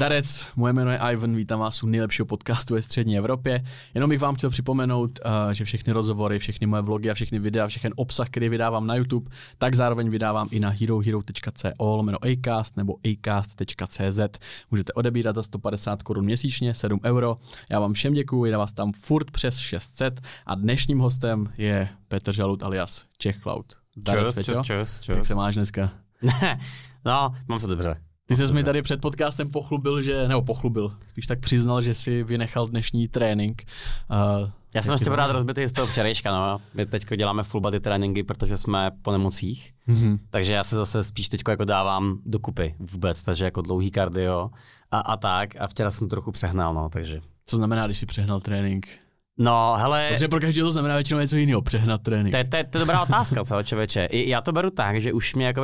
Zdarec, moje jméno je Ivan, vítám vás u nejlepšího podcastu ve střední Evropě. Jenom bych vám chtěl připomenout, že všechny rozhovory, všechny moje vlogy a všechny videa, všechny obsah, který vydávám na YouTube, tak zároveň vydávám i na herohero.co/acast nebo acast.cz. Můžete odebírat za 150 Kč měsíčně, 7 €. Já vám všem děkuju, je vás tam furt přes 600 a dnešním hostem je Petr Žalud alias Czech Cloud. Čus. Jak se máš dneska? No, mám se dobře. Ty ses mi tady před podcastem spíš tak přiznal, že jsi vynechal dnešní trénink. Já jsem ještě rád rozbitý z toho včerejška, no. My teďko děláme full body tréninky, protože jsme po nemocích, takže já se zase spíš teďko jako dávám dokupy vůbec, takže jako dlouhý kardio a tak a včera jsem trochu přehnal, no, takže. Co znamená, když jsi přehnal trénink? No, hele... Protože pro každého to znamená většinou něco jiného, přehnat trénink. To je dobrá otázka, co, člověče. Já to beru tak, že už mě jakoby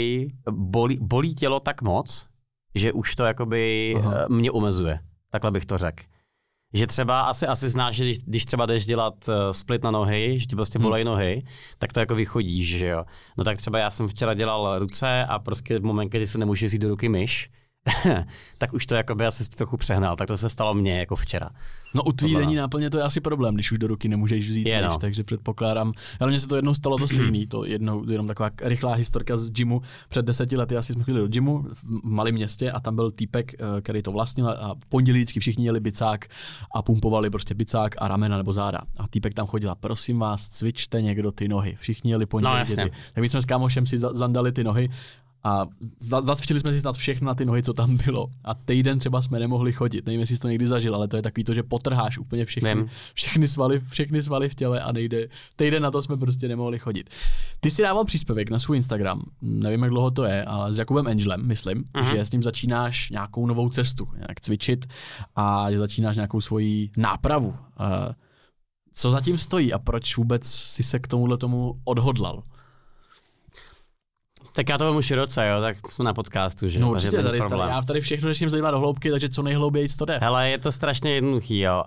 bolí tělo tak moc, že už to jakoby mě omezuje. Takhle bych to řekl. Že třeba asi znáš, že když třeba jdeš dělat split na nohy, že ti prostě bolej nohy, tak to jako vychodíš, že jo. No tak třeba já jsem včera dělal ruce a prostě v momentě, kdy se nemůžu vzít do ruky myš, tak už to jakoby asi trochu přehnal, tak to se stalo mně jako včera. No u tvý denní náplně to je asi problém, když už do ruky nemůžeš vzít myš, takže předpokládám, ale mně se to jednou stalo to stejný, jenom taková rychlá historka z gymu. Před 10 lety asi jsme chodili do gymu v malém městě a tam byl týpek, který to vlastnil a v pondělí vždycky všichni jeli bicák a pumpovali prostě bicák a ramena nebo záda. A týpek tam chodil, prosím vás, cvičte někdo ty nohy. Všichni jeli pondělí. No, tak my jsme s kámošem si zandali ty nohy. A zacvičili jsme si snad všechno na ty nohy, co tam bylo. A týden třeba jsme nemohli chodit. Nevím, jestli jsi to někdy zažil, ale to je takový to, že potrháš úplně všechny svaly v těle a nejde. Týden na to jsme prostě nemohli chodit. Ty si dával příspěvek na svůj Instagram, nevím, jak dlouho to je, ale s Jakubem Angelem, myslím, že s ním začínáš nějakou novou cestu, nějak cvičit a že začínáš nějakou svoji nápravu. Co zatím stojí a proč vůbec si se k tomu odhodlal? Tak já to vemu široce, jo, tak jsme na podcastu, že? No určitě, já tady všechno řeším zajímat do hloubky, takže co nejhlouběji to jde. Hele, je to strašně jednoduchý, jo.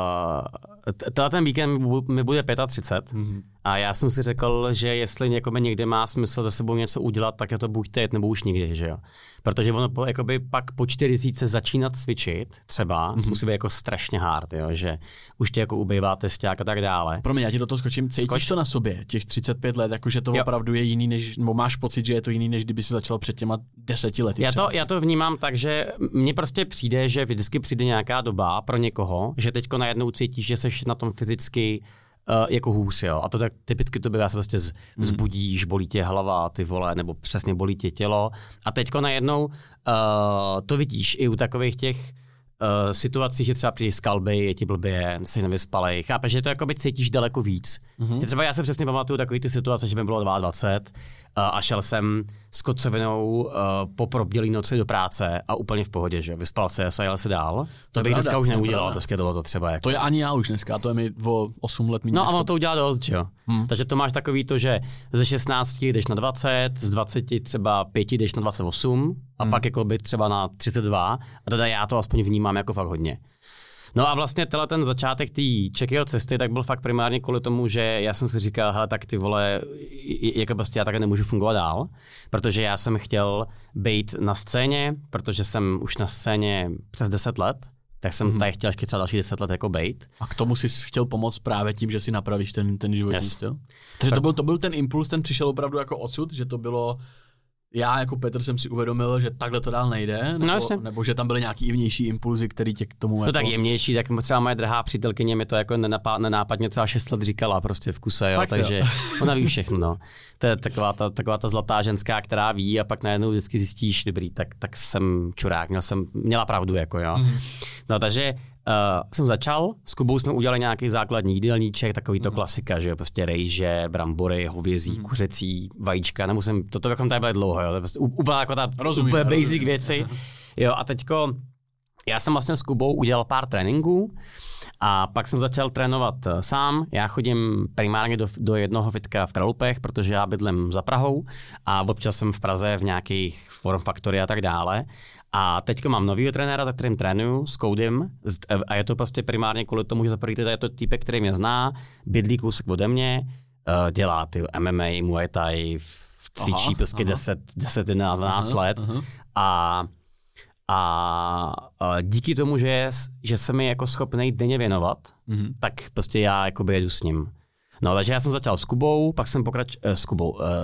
Ten víkend mi bude 35 a já jsem si řekl, že jestli někomu někde má smysl za sebou něco udělat, tak je to buď teď nebo už nikdy, že jo. Protože ono jakoby pak po 40 začínat cvičit třeba musí být jako strašně hard, jo, že už tě jako ubývá testák a tak dále. Promiň, já ti do toho skočím, cítíš to na sobě, těch 35 let, jakože to opravdu je jiný, nebo máš pocit, že je to jiný, než kdyby si začal před těma 10 lety. Já to vnímám tak, že mně prostě přijde, že vždycky přijde nějaká doba pro někoho, že teďko najednou cítíš, že seš na tom fyzicky jako hůř, jo. A to tak typicky to bývá, se prostě zbudíš, bolí tě hlava, ty vole, nebo přesně bolí tě tělo. A teďko najednou to vidíš i u takových těch situací, že třeba přijdeš z kalby, je ti blbě, jsi nevyspalej. Chápeš, že to jakoby cítíš daleko víc. Třeba já se přesně pamatuju takový ty situace, že mi bylo 22 a šel jsem s kocovinou po probdělý noci do práce a úplně v pohodě, že vyspal se a jel se dál. To bych dneska už neudělal, prostě to třeba jako. To je ani já už dneska, to je mi o 8 let méně. No a on to udělá dost, že jo. Takže to máš takový to, že ze 16 jdeš na 20, z 20 třeba 5 jdeš na 28 a pak jako by třeba na 32 a teda já to aspoň vnímám jako fakt hodně. No a vlastně ten začátek té Czechého cesty tak byl fakt primárně kvůli tomu, že já jsem si říkal, hele, tak ty vole, jako prostě já takhle nemůžu fungovat dál, protože já jsem chtěl být na scéně, protože jsem už na scéně přes 10 let, tak jsem tady chtěl ještě třeba další 10 let jako bejt. A k tomu jsi chtěl pomoct právě tím, že si napravíš ten životní styl? Takže to byl ten impuls, ten přišel opravdu jako odsud, že to bylo... Já jako Petr jsem si uvědomil, že takhle to dál nejde, nebo že tam byly nějaký jemnější impulzy, který tě k tomu... No jako... tak jemnější, tak třeba moje drahá přítelkyně mi to jako nenápadně třeba 6 let říkala prostě v kuse, jo, fakt, takže jo. Ona ví všechno, no. To je taková ta zlatá ženská, která ví a pak najednou vždycky zjistíš, dobrý, tak jsem čurák, měla pravdu, jako jo. No takže jsem začal, s Kubou jsme udělali nějaký základní jídelníček, takový to klasika, že jo, prostě rejže, brambory, hovězí, kuřecí, vajíčka, nemusím, toto bychom tady byli dlouho, jo, to prostě úplně jako ta úplně basic věci, jo, a teďko, já jsem vlastně s Kubou udělal pár tréninků a pak jsem začal trénovat sám, já chodím primárně do jednoho fitka v Kralupech, protože já bydlím za Prahou a občas jsem v Praze v nějakých Form Factory a tak dále. A teďko mám novýho trenéra, za kterým trénuju, s Koudym, a je to prostě primárně kvůli tomu, že za první je to týpek, který mě zná, bydlí kousek ode mě, dělá ty MMA, Muay Thai, cvičí prostě 10, 11, 12 let A díky tomu, že jsem mi jako schopný denně věnovat, tak prostě já jakoby jedu s ním. No, takže já jsem začal s Kubou, pak jsem pokračoval s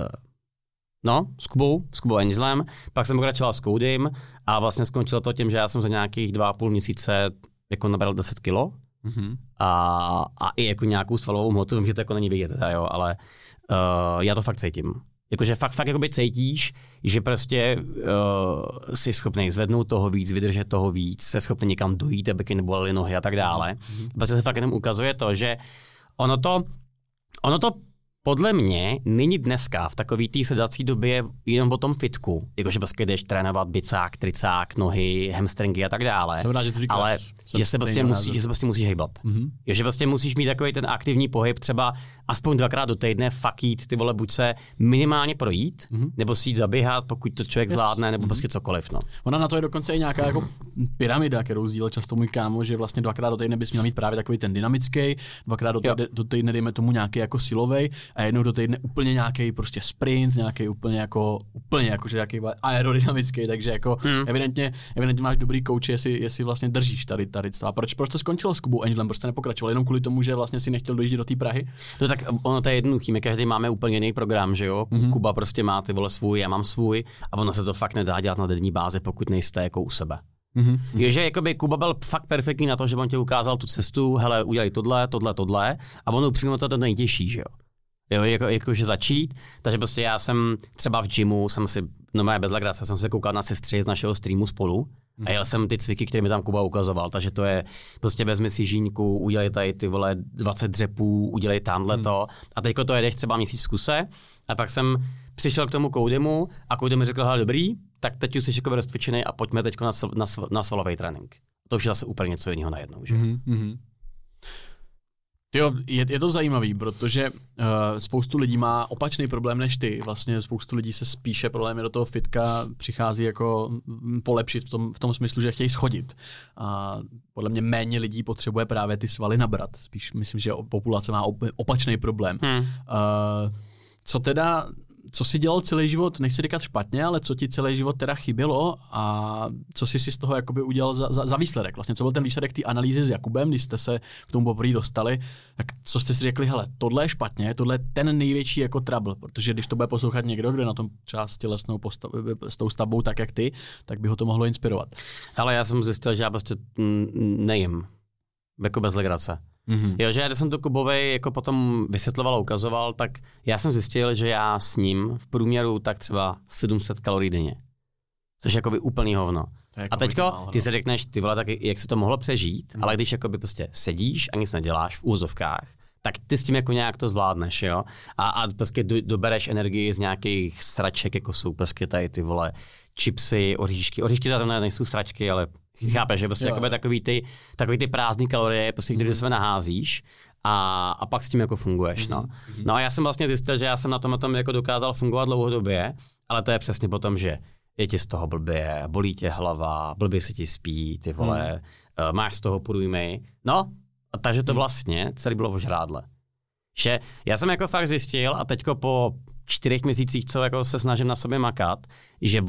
Kubou Angelem, pak jsem pokračoval s Codym a vlastně skončilo to tím, že já jsem za nějakých 2,5 měsíce jako nabral 10 kilo a i jako nějakou svalovou hmotu, vím, že to jako není vidět, jo, ale já to fakt cítím. Jakože fakt jakoby cítíš, že prostě jsi schopný zvednout toho víc, vydržet toho víc, jsi schopný někam dojít, aby nebolely nohy a tak dále. Protože se fakt jenom ukazuje to, že ono to podle mě není dneska v takový té sedací době jenom o tom fitku, jakože prostě jdeš trénovat bicák, tricák, nohy, hamstringy a tak dále, ale že se prostě musíš hejbat. Že prostě musíš mít takový ten aktivní pohyb, třeba aspoň 2krát do týdne fakt jít, ty vole, buď se minimálně projít, nebo si jít zaběhat, pokud to člověk zvládne, nebo prostě cokoliv. No. Ona na to je dokonce i nějaká jako pyramida, kterou sdílel často můj kámo, že vlastně 2krát do týdne bys měl mít právě takový ten dynamický, 2krát do týdne dejme tomu nějaký jako silovej a jednou do týdne úplně nějaký prostě sprint, nějaký úplně jako že nějaký aerodynamický, takže jako evidentně máš dobrý coach, jestli vlastně držíš tady. A proč to skončilo s Kubou Angelem? Proč to nepokračoval? Jenom kvůli tomu, že vlastně si nechtěl dojíždět do té Prahy? No tak ono to je jednoduchý, my každý máme úplně jiný program, že jo? Kuba prostě má ty vole svůj, já mám svůj a ono se to fakt nedá dělat na denní bázi, pokud nejste jako u sebe. Je, že jakoby Kuba byl fakt perfektní na to, že on ti ukázal tu cestu, hele, udělej tohle a ono upřímně to nejtěžší, že jo? Jo, jakože začít, takže prostě já jsem třeba v gymu, bez legrace, jsem se koukal na sestry z našeho streamu spolu a jel jsem ty cviky, které mi tam Kuba ukazoval, takže to je prostě vezmi si žíňku, udělej tady ty vole 20 dřepů, udělej tamhleto a teďko to jedeš třeba měsíc v kuse a pak jsem přišel k tomu Codymu a Cody mi řekl, hele dobrý, tak teď už jsi jako rozcvičený a pojďme teďko na svalový trénink. To už je zase úplně něco jiného najednou, že? Jo, je to zajímavý, protože spoustu lidí má opačný problém než ty. Vlastně spoustu lidí se spíše problémy do toho fitka přichází jako polepšit v tom smyslu, že chtějí schodit. A podle mě méně lidí potřebuje právě ty svaly nabrat. Spíš myslím, že populace má opačný problém. Co jsi dělal celý život, nechci říkat špatně, ale co ti celý život teda chybělo a co jsi si z toho jakoby udělal za výsledek? Vlastně, co byl ten výsledek té analýzy s Jakubem, když jste se k tomu poprvé dostali, tak co jste si řekli, hele, tohle je špatně, tohle je ten největší jako trouble, protože když to bude poslouchat někdo, kdo je na tom třeba s tělesnou s tou stavbou tak, jak ty, tak by ho to mohlo inspirovat. Ale já jsem zjistil, že já prostě nejím, jako bez legrace. Jo, že když jsem to Kubovi jako potom vysvětloval a ukazoval, tak já jsem zjistil, že já s ním v průměru tak třeba 700 kalorií denně. Což je jakoby úplný hovno. A teďko ty si řekneš, ty vole, tak jak se to mohlo přežít, ale když jakoby prostě sedíš a nic neděláš v úvozovkách, tak ty s tím jako nějak to zvládneš, jo. A prostě dobereš energii z nějakých sraček, jako jsou prostě tady ty vole chipsy, oříšky. Oříšky tady nejsou sračky, ale chápeš, že prostě takový ty prázdný kalorie, prostě když do sebe naházíš a pak s tím jako funguješ, no. No a já jsem vlastně zjistil, že já jsem na tom jako dokázal fungovat dlouhodobě, ale to je přesně potom, že je ti z toho blbě, bolí tě hlava, blbě se ti spí, ty vole, máš z toho průjmy, no, a takže to vlastně celý bylo v žrádle. Že já jsem jako fakt zjistil a teďko po 4 měsících, co jako se snažím na sobě makat, že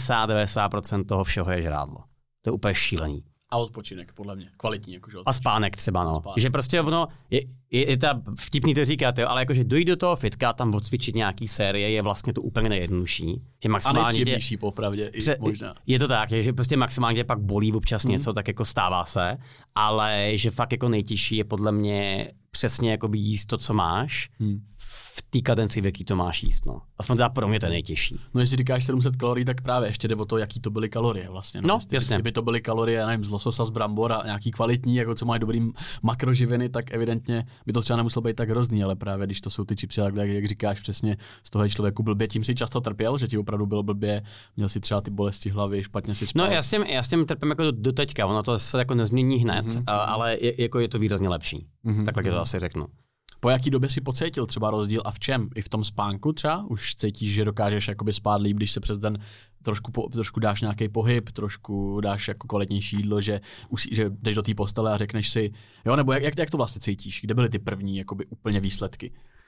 80-90% toho všeho je žrádlo. To je úplně šílený. A odpočinek, podle mě. Kvalitní, jakože odpočinek. A spánek třeba, no. Spánek. Že prostě ono, je ta vtipný to říkat, jo, ale jakože dojít do toho fitka, tam odcvičit nějaký série je vlastně to úplně nejjednodušší. Že maximálně a nejpříjemnější popravdě, možná. Je to tak, že prostě maximálně pak bolí občas něco, tak jako stává se, ale že fakt jako nejtěžší je podle mě přesně jakoby jíst to, co máš, v té kadenci, v jaký to máš jíst, no. Aspoň teda pro mě to je nejtěžší. No jestli říkáš 700 kalorií, tak právě ještě jde o to, jaký to byly kalorie vlastně. No jasně. Kdyby to byly kalorie, já nevím, z lososa, z brambor a nějaký kvalitní, jako co mají dobrý makroživiny, tak evidentně by to třeba nemuselo být tak hrozný, ale právě když to jsou ty chipsy, jak říkáš přesně, z toho je člověku blbě. Tím si často trpěl, že ti opravdu bylo blbě, měl si třeba ty bolesti hlavy, špatně si spal. No já s tím trpím jako do teďka, ono to se jako nezmění hned, ale jako je to výrazně lepší. Takhle to asi řeknu. Po jaký době si pocítil třeba rozdíl a v čem? I v tom spánku třeba? Už cítíš, že dokážeš jakoby spát líp, když se přes den trošku dáš nějaký pohyb, trošku dáš jako kvalitnější jídlo, že jdeš do té postele a řekneš si, jo, nebo jak to vlastně cítíš? Kde byly ty první jakoby úplně výsledky?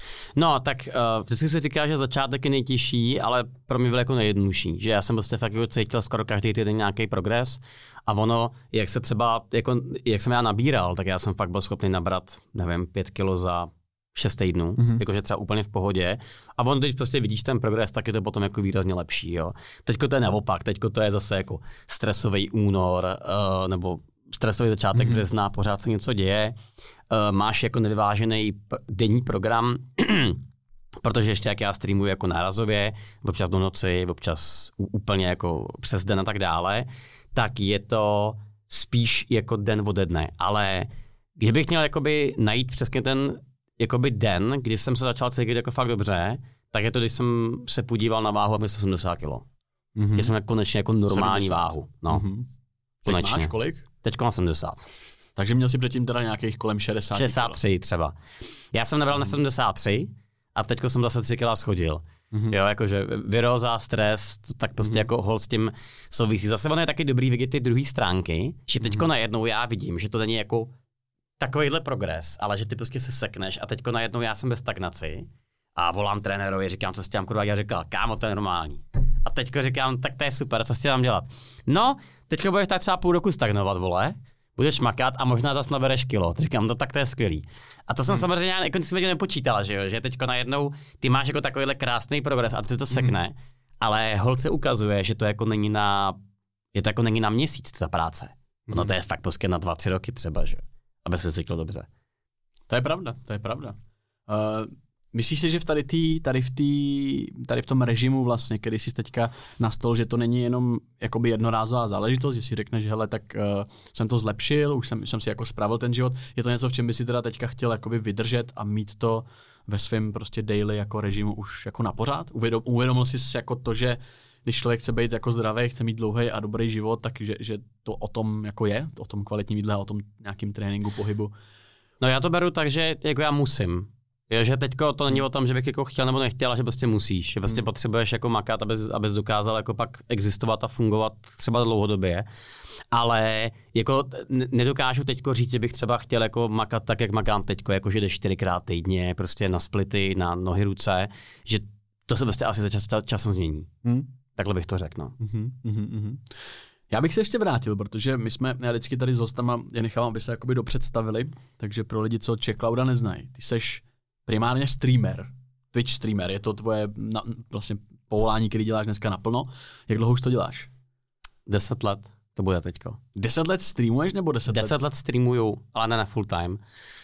No, tak vždycky se říká, že začátek je nejtěžší, ale pro mě byl jako nejjednodušší. Že já jsem prostě fakt jako cítil skoro každý týden nějaký progres a ono, jak jsem já nabíral, tak já jsem fakt byl schopný nabrat, nevím, 5 kilo za 6 týdnů, jakože třeba úplně v pohodě. A ono, když prostě vidíš ten progres, tak je to potom jako výrazně lepší. Jo. Teďko to je naopak, teďko to je zase jako stresový únor, nebo stresový začátek března, pořád se něco děje. Máš jako nevyvážený denní program, protože ještě jak já streamuji jako nárazově, občas do noci, občas úplně jako přes den a tak dále, tak je to spíš jako den ode dne. Ale kdybych měl jakoby najít přesně ten jakoby den, kdy jsem se začal cítit jako fakt dobře, tak je to, když jsem se podíval na váhu a měl 70 kg. Že jsem konečně jako normální 70. váhu. No. Teď máš kolik? Teď mám 70. Takže měl jsi předtím teda nějakých kolem 60 63 třeba. Já jsem nabral na 73 a teďko jsem zase 3 kg schodil. Jo, jakože viróza, stres, tak prostě jako hol s tím souvisí. Zase ono je taky dobrý vidět ty druhé stránky, že teďko najednou já vidím, že to není jako takovýhle progres, ale že ty prostě se sekneš a teďko najednou já jsem ve stagnaci a volám trenérovi, říkám, co s tím kurva, já říkal, kámo, to je normální. A teďko říkám, tak to je super, co s tím mám dělat? No, teďko budeš tak třeba půl roku stagnovat, vole, budeš makat a možná zase nabereš kilo. Říkám, no tak to je skvělý. A to jsem samozřejmě jako si nepočítal, že teďko najednou ty máš jako takovýhle krásný progres a ty to sekne, ale holce ukazuje, že to jako není na měsíc ta práce. No to je fakt prostě na 2-3 roky třeba, že aby se cítil dobře. To je pravda. Myslíš si, že tady v tom režimu vlastně, který jsi teďka nastol, že to není jenom jakoby jednorázová záležitost, že si řekneš, že hele, tak jsem to zlepšil, už jsem si jako spravil ten život, je to něco, v čem by si teda teďka chtěl jakoby vydržet a mít to ve svém prostě daily jako režimu už jako na pořád? Uvědomil jsi jako to, že když člověk chce být jako zdravý, chce mít dlouhý a dobrý život, takže že to o tom jako je, o tom kvalitním jídle, o tom nějakým tréninku, pohybu? No já to beru tak, že jako já musím. Je, že teďko to není o tom, že bych jako chtěl nebo nechtěl, ale že prostě musíš. Že prostě potřebuješ jako makat, abys dokázal jako pak existovat a fungovat třeba dlouhodobě. Ale jako nedokážu teďko říct, že bych třeba chtěl jako makat tak, jak makám teďko, jako že jde 4x týdně, prostě na splity, na nohy, ruce, že to se prostě asi za časem změní. Takhle bych to řekl. No. Já bych se ještě vrátil, protože já vždycky tady s hostama je nechám, aby se jakoby dopředstavili, takže pro lidi, co CZClouda neznají, ty seš primárně streamer, Twitch streamer, je to tvoje vlastně povolání, který děláš dneska naplno. Jak dlouho už to děláš? 10 let, to bude teďko. 10 let streamuješ nebo 10 let? 10 let streamuju, ale ne na full time.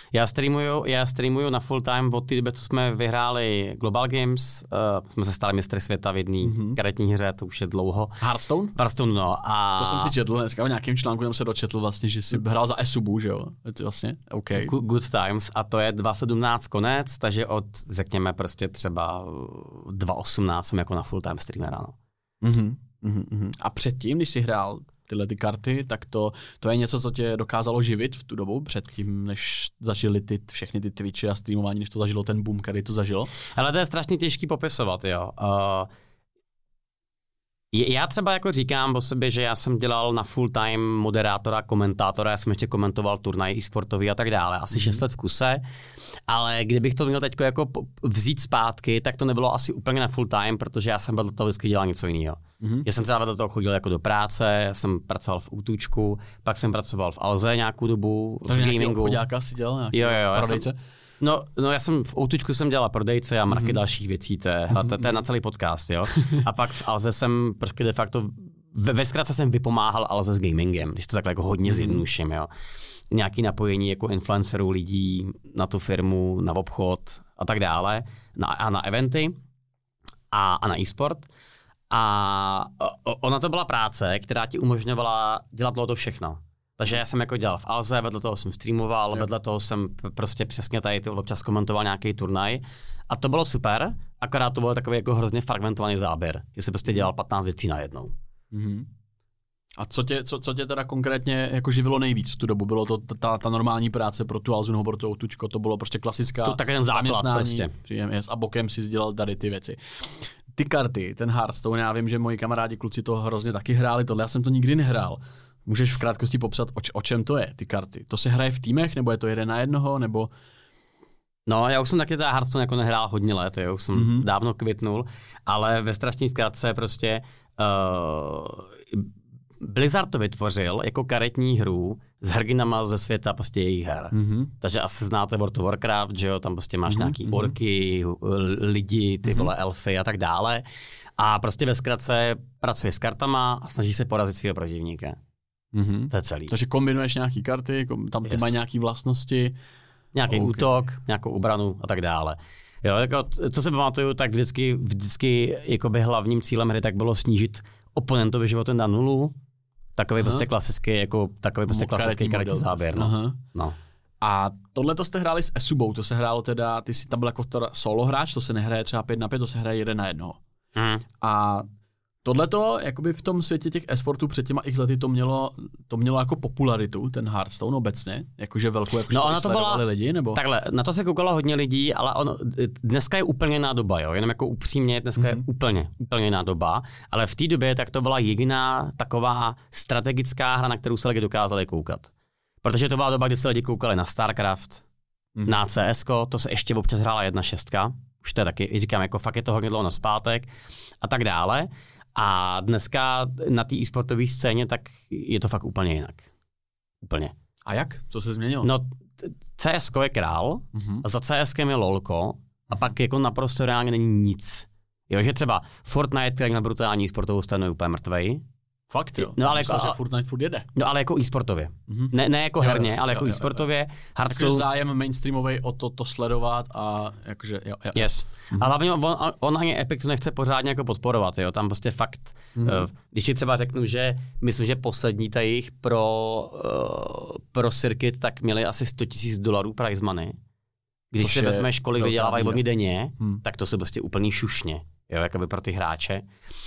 Já streamuju na full time od té doby, co jsme vyhráli Global Games, jsme se stali mistry světa v jedné karetní hře, to už je dlouho. Hearthstone, no. A to jsem si četl dneska v nějakém článku, tam se dočetl vlastně, že jsi hrál za Esubu, že jo? To vlastně, okay. Good times a to je 2017 konec, takže od, řekněme, prostě třeba 2018 jsem jako na full time streamera, no. A předtím, když jsi hrál tyhle ty karty, tak to je něco, co tě dokázalo živit v tu dobu, předtím, než zažili všechny ty Twitchy a streamování, než to zažilo ten boom, který to zažilo? Ale to je strašně těžký popisovat, jo. Já třeba jako říkám o sobě, že já jsem dělal na full time moderátora, komentátora, já jsem ještě komentoval turnaj e-sportový a tak dále, asi 6 let v kuse, ale kdybych to měl teď jako vzít zpátky, tak to nebylo asi úplně na full time, protože já jsem do toho vždycky dělal něco jiného. Já jsem třeba do toho chodil jako do práce, já jsem pracoval v Útučku, pak jsem pracoval v Alze nějakou dobu, v gamingu. Choďáka si dělal nějaký prodejce? No já jsem v Outučku jsem dělala prodejce a marky dalších věcí, to je na celý podcast, jo. A pak v Alze jsem prostě de facto, ve zkratce jsem vypomáhal Alze s gamingem, když to takhle jako hodně zjednoduším, jo. Nějaký napojení jako influencerů lidí na tu firmu, na obchod a tak dále, a na eventy a na e-sport. A ona to byla práce, která ti umožňovala dělat to všechno. Takže já jsem jako dělal v Alze, vedle toho jsem streamoval, vedle toho jsem prostě přesně tady občas komentoval nějaký turnaj. A to bylo super, akorát to byl takový jako hrozně fragmentovaný záběr, že jsem prostě dělal 15 věcí najednou. A co tě teda konkrétně jako živilo nejvíc v tu dobu? Bylo to ta normální práce pro tu Alzu nebo pro tu Outučko, to bylo prostě klasická to ten základ prostě. A bokem si dělal tady ty věci. Ty karty, ten Hearthstone, já vím, že moji kamarádi kluci to hrozně taky hráli, tohle já jsem to nikdy nehrál. Můžeš v krátkosti popsat, o čem to je, ty karty? To se hraje v týmech, nebo je to 1 na 1, nebo? No, já už jsem taky teda Hearthstone jako nehrál hodně let, jo, už jsem dávno kvitnul, ale ve strašné zkrátce prostě Blizzard to vytvořil jako karetní hru s hrdinama ze světa prostě jejich her. Takže asi znáte World of Warcraft, že jo, tam prostě máš nějaký orky, lidi, ty vole elfy a tak dále. A prostě ve zkratce pracuje s kartama a snaží se porazit svého protivníka. To je celý. Takže kombinuješ nějaký karty, tam ty mají nějaký vlastnosti. Nějaký útok, nějakou obranu a tak dále. Jo, jako, co se pamatuju, tak vždycky jakoby hlavním cílem hry tak bylo snížit oponentovi životy na nulu. Takový prostě klasický, jako takový prostě klasický karetní záběr. No. A tohle to jste hráli s Esubou, to se hrálo teda, ty jsi tam byl jako solo hráč, to se nehraje třeba 5-5, to se hraje 1-1. A tohleto, jakoby v tom světě těch e-sportů před těma x lety to mělo jako popularitu, ten Hearthstone obecně, jakože velkou, jakože to sledovali lidi, nebo? Takhle, na to se koukalo hodně lidí, ale dneska je úplně jiná doba, jo, jenom jako upřímně, dneska je úplně jiná doba, ale v té době tak to byla jediná taková strategická hra, na kterou se lidi dokázali koukat. Protože to byla doba, kdy se lidi koukali na StarCraft, na CSko, to se ještě občas hrála 1.6, už to je taky, říkám, jako fakt je to hodně dlouho naspátek a tak dále. A dneska na té e-sportové scéně, tak je to fakt úplně jinak. Úplně. A jak? Co se změnilo? No, CSko je král, a za CSkem je LOLko, a pak jako naprosto reálně není nic. Jo, že třeba Fortnite, který na brutální e-sportovou scénu je úplně mrtvej. Fakt jo? No, ale jako, že Fortnite furt jede. No ale jako e-sportově. Ne jako herně, ale jako e-sportově. Hearthstone... Takže zájem mainstreamovej o to sledovat a jakože jo. Yes. A hlavně on ani Epic to nechce pořádně jako podporovat, jo. Tam prostě fakt, když ti třeba řeknu, že myslím, že poslední ta jejich pro circuit, tak měli asi $100,000 prize money. Když si vezmeš, kolik vydělávají oni denně, tak to jsou prostě úplný šušně, jo, jakoby pro ty hráče.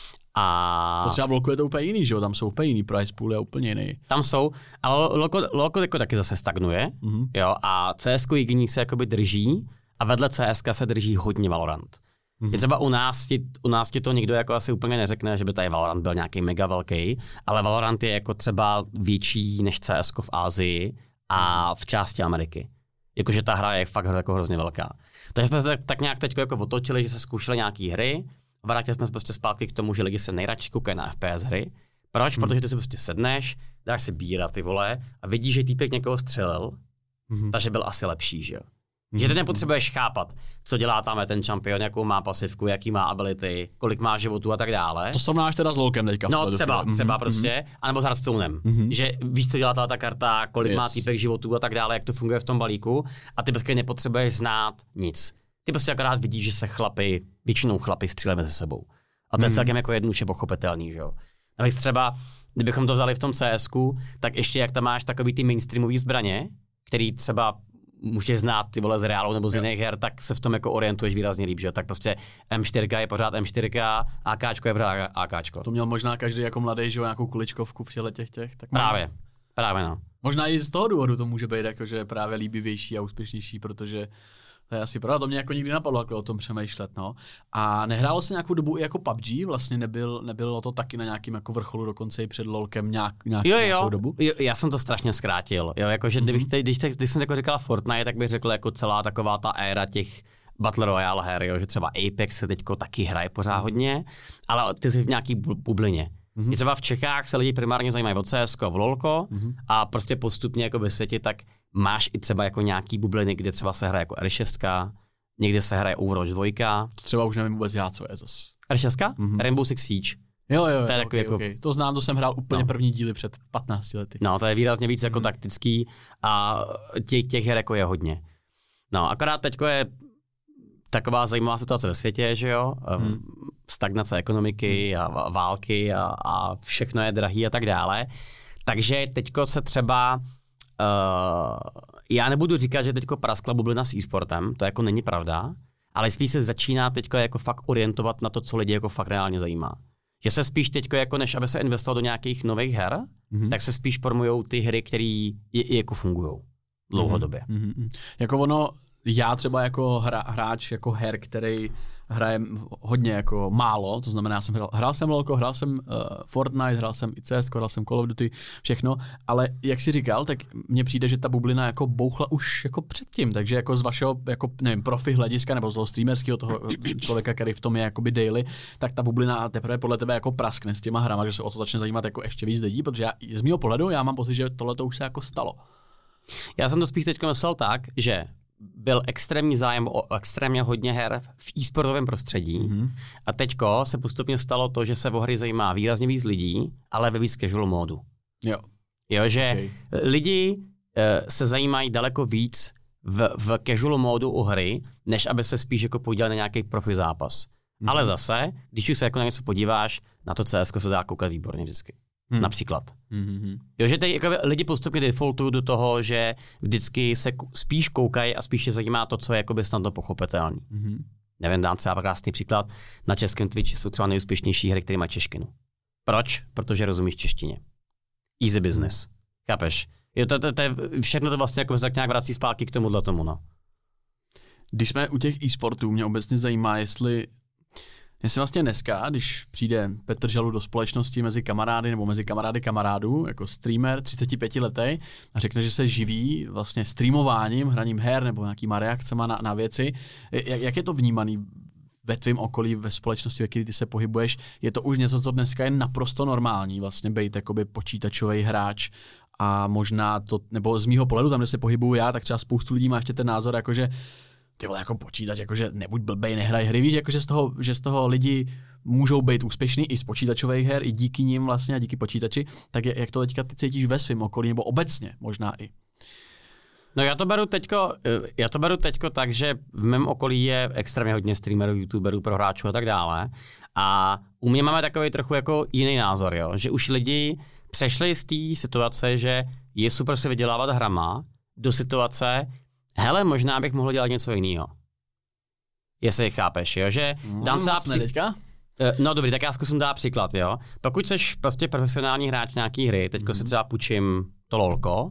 A to třeba v LoLku je to úplně jiný, že jo? Tam jsou úplně jiný price pool, je úplně jiný. Tam jsou, ale LoLko jako taky zase stagnuje, jo, a CSko jediný se jakoby drží a vedle CSka se drží hodně Valorant. Je třeba u nás ti to nikdo jako asi úplně neřekne, že by tady Valorant byl nějaký mega velký, ale Valorant je jako třeba větší než CSko v Asii a v části Ameriky. Jakože ta hra je fakt jako hrozně velká. Takže jsme se tak nějak teď jako otočili, že se zkoušeli nějaký hry. Vrátili jsme se prostě zpátky k tomu, že lidi se nejradši koukají na FPS hry. Proč? Protože ty si prostě sedneš, dáš si bíra, ty vole, a vidíš, že týpek někoho střelil, takže byl asi lepší, že jo. Že ty nepotřebuješ chápat, co dělá tam ten šampion, jakou má pasivku, jaký má ability, kolik má životů a tak dále. To srovnáš teda s LoLkem teďka. No třeba prostě, anebo s Hearthstonem, že víš, co dělá ta karta, kolik má týpek životů a tak dále, jak to funguje v tom balíku a ty prostě nepotřebuješ znát nic. Ty prostě akorát vidíš, že se většinou chlapi střílí mezi sebou. A to je celkem jako jednoduše pochopitelný, že jo. Navíc třeba, kdybychom to vzali v tom CSku, tak ještě jak tam máš takový ty mainstreamový zbraně, který třeba můžeš znát ty vole z reálu nebo z jiných her, tak se v tom jako orientuješ výrazně líp, že jo. Tak prostě M4 je pořád M4, AKčko je pořád AKčko. To měl možná každý jako mladý, že jo, nějakou kuličkovku v těch. Tak právě no. Možná i z toho důvodu to může být jako, že je právě líbivější a úspěšnější, protože to je asi pravda, to mě jako nikdy napadlo jako o tom přemýšlet, no. A nehrálo se nějakou dobu i jako PUBG, vlastně nebylo to taky na nějakým jako vrcholu dokonce i před LoLkem nějakou dobu? Jo, já jsem to strašně zkrátil, jo, jakože když jsem jako říkal Fortnite, tak bych řekl jako celá taková ta éra těch Battle Royale her, jo, že třeba Apex se teďko taky hraje pořád hodně, ale ty jsi v nějaký bublině. Třeba v Čechách se lidi primárně zajímají o CSko, v LoLko a prostě postupně jako ve světě tak máš i třeba jako nějaký bubliny, kde třeba se hraje jako R6, někde se hraje Overwatch 2. To třeba už nevím vůbec já, co je zas. R6? Rainbow Six Siege. Jo, to je takový jako... To znám, to jsem hrál úplně první díly před 15 lety. No, to je výrazně víc jako taktický a těch her jako je hodně. No, akorát teďko je taková zajímavá situace ve světě, že jo? Stagnace ekonomiky a války a všechno je drahý a tak dále. Takže teďko se třeba já nebudu říkat, že teďko praskla bublina s e-sportem, to jako není pravda, ale spíš se začíná teďko jako fakt orientovat na to, co lidi jako fakt reálně zajímá. Že se spíš teďko jako než aby se investovalo do nějakých nových her, tak se spíš formujou ty hry, které jako fungujou dlouhodobě. Jako ono, já třeba jako hráč jako her, který hraje hodně jako málo, to znamená, hrál jsem LoLko, hrál jsem Fortnite, hrál jsem i CS, hrál jsem Call of Duty, všechno, ale jak jsi říkal, tak mně přijde, že ta bublina jako bouchla už jako předtím, takže jako z vašeho, jako nevím, profi hlediska, nebo z toho streamerského toho člověka, který v tom je jakoby daily, tak ta bublina teprve podle tebe jako praskne s těma hrama, že se o to začne zajímat jako ještě víc lidí, protože z mého pohledu já mám pocit, že tohle to už se jako stalo. Já jsem to spíš teď myslel tak, že byl extrémní zájem o extrémně hodně her v e-sportovém prostředí a teďko se postupně stalo to, že se o hry zajímá výrazně víc lidí, ale ve víc casual módu. Jo, že lidi se zajímají daleko víc v casual módu o hry, než aby se spíš jako podívali na nějaký profi zápas. Ale zase, když už se jako na něco podíváš, na to CSko se dá koukat výborně vždycky. Například. Jo, že teď jako lidi postupně defaultují do toho, že vždycky se spíš koukají a spíš je zajímá to, co je jakoby snadno pochopitelný. Nevím, dám třeba krásný příklad. Na českém Twitchi jsou třeba nejúspěšnější hry, které mají češtinu. Proč? Protože rozumíš češtině. Easy business. Chápeš? Jo, všechno to vlastně jako tak nějak vrací zpátky k tomuhle tomu, no. Když jsme u těch e-sportů, mě obecně zajímá, jestli vlastně dneska, když přijde Petr Žalu do společnosti mezi kamarády nebo mezi kamarády kamarádů, jako streamer 35 letý a řekne, že se živí vlastně streamováním, hraním her nebo nějakýma reakcema na věci, jak je to vnímaný ve tvém okolí, ve společnosti, ve které ty se pohybuješ? Je to už něco, co dneska je naprosto normální, vlastně být jakoby počítačový hráč a možná to, nebo z mýho pohledu, tam, kde se pohybuju já, tak třeba spoustu lidí má ještě ten názor, jakože ty vole, jako počítač, jakože nebuď blbej, nehraj hry, víš, jakože že z toho lidi můžou být úspěšní i z počítačových her, i díky nim vlastně a díky počítači, tak jak to teďka ty cítíš ve svém okolí, nebo obecně možná i? No já to beru teďko tak, že v mém okolí je extrémně hodně streamerů, youtuberů, prohráčů a tak dále a u mě máme takový trochu jako jiný názor, jo? Že už lidi přešli z té situace, že je super se vydělávat hrama, do situace, hele, možná bych mohl dělat něco jiného. Jestli chápeš, jo, že dám třeba No dobrý, tak já zkusím dát příklad, jo. Pokud jsi prostě profesionální hráč nějaký hry, teďko se třeba půjčím to LoLko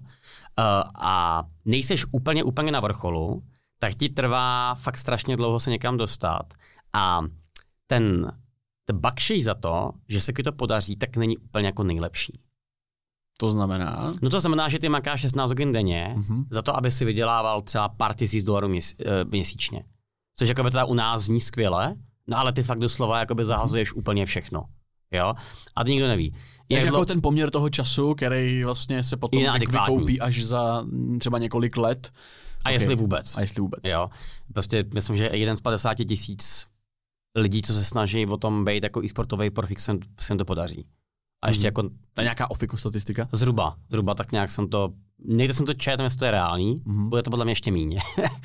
a nejseš úplně na vrcholu, tak ti trvá fakt strašně dlouho se někam dostat a ten bakšiš za to, že se ti to podaří, tak není úplně jako nejlepší. To znamená? No to znamená, že ty makáš 16 hodin denně za to, aby si vydělával třeba pár $1000 měsíčně. Což jakoby teda u nás zní skvěle, no ale ty fakt doslova jakoby zahazuješ úplně všechno. Jo? A to nikdo neví. Takže jako ten poměr toho času, který vlastně se potom vykoupí až za třeba několik let. A jestli vůbec. Jo. Prostě myslím, že 1 z 50 000 lidí, co se snaží o tom být jako e-sportový profik, se jim to podaří. A ještě jako... To je nějaká ofiku statistika? Zhruba tak nějak jsem to... Někde jsem to četl, jestli to je reálný, bude to podle mě ještě míň.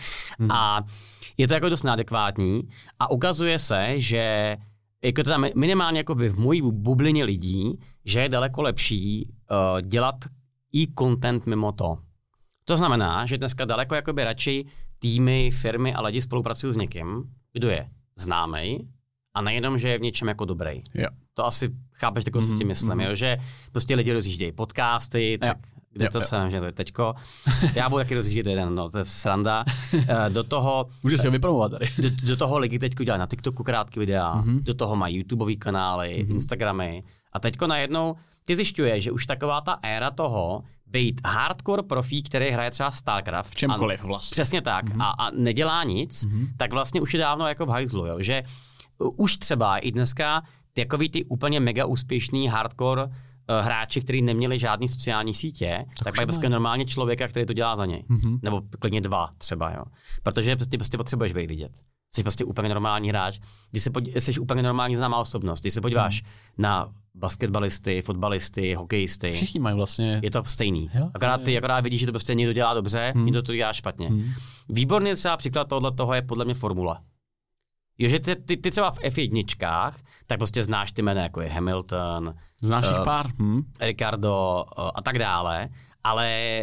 A je to jako dost neadekvátní a ukazuje se, že jako teda minimálně jako v mojí bublině lidí, že je daleko lepší dělat i content mimo to. To znamená, že dneska daleko jakoby radši týmy, firmy a lidi spolupracují s někým, kdo je známej a nejenom, že je v něčem jako dobrý. Jo. To asi chápeš, tak co tím myslím, jo? Že prostě lidi rozjíždějí podcasty, tak kde to jsem, že to je teďko. Já budu taky rozjíždět jeden, no to je sranda. Do toho... Můžeš si ho vypromovat tady. Do toho lidi teďko dělají na TikToku krátké videa, do toho mají YouTubeový kanály, Instagramy a teďko najednou ty zjišťuje, že už taková ta éra toho být hardcore profík, který hraje třeba StarCraft. V čemkoliv vlastně. Přesně tak. A nedělá nic, tak vlastně už je dávno jako v hajzlu, jo? Že už třeba i dneska takový ty úplně mega úspěšný hardcore hráči, kteří neměli žádný sociální sítě, tak mají prostě normálně člověka, který to dělá za něj. Nebo klidně 2 třeba, jo. Protože ty prostě potřebuješ být vidět. Jsi prostě úplně normální hráč. Když jsi úplně normální známá osobnost. Když se podíváš na basketbalisty, fotbalisty, hokejisty. Všichni mají vlastně. Je to stejný. Akorát vidíš, že to prostě někdo dělá dobře, někdo to dělá špatně. Výborný třeba příklad toho je podle mě formule. Jo, že ty třeba v F1, tak prostě znáš ty jména, jako je Hamilton, znáš jich pár, Ricardo a tak dále, ale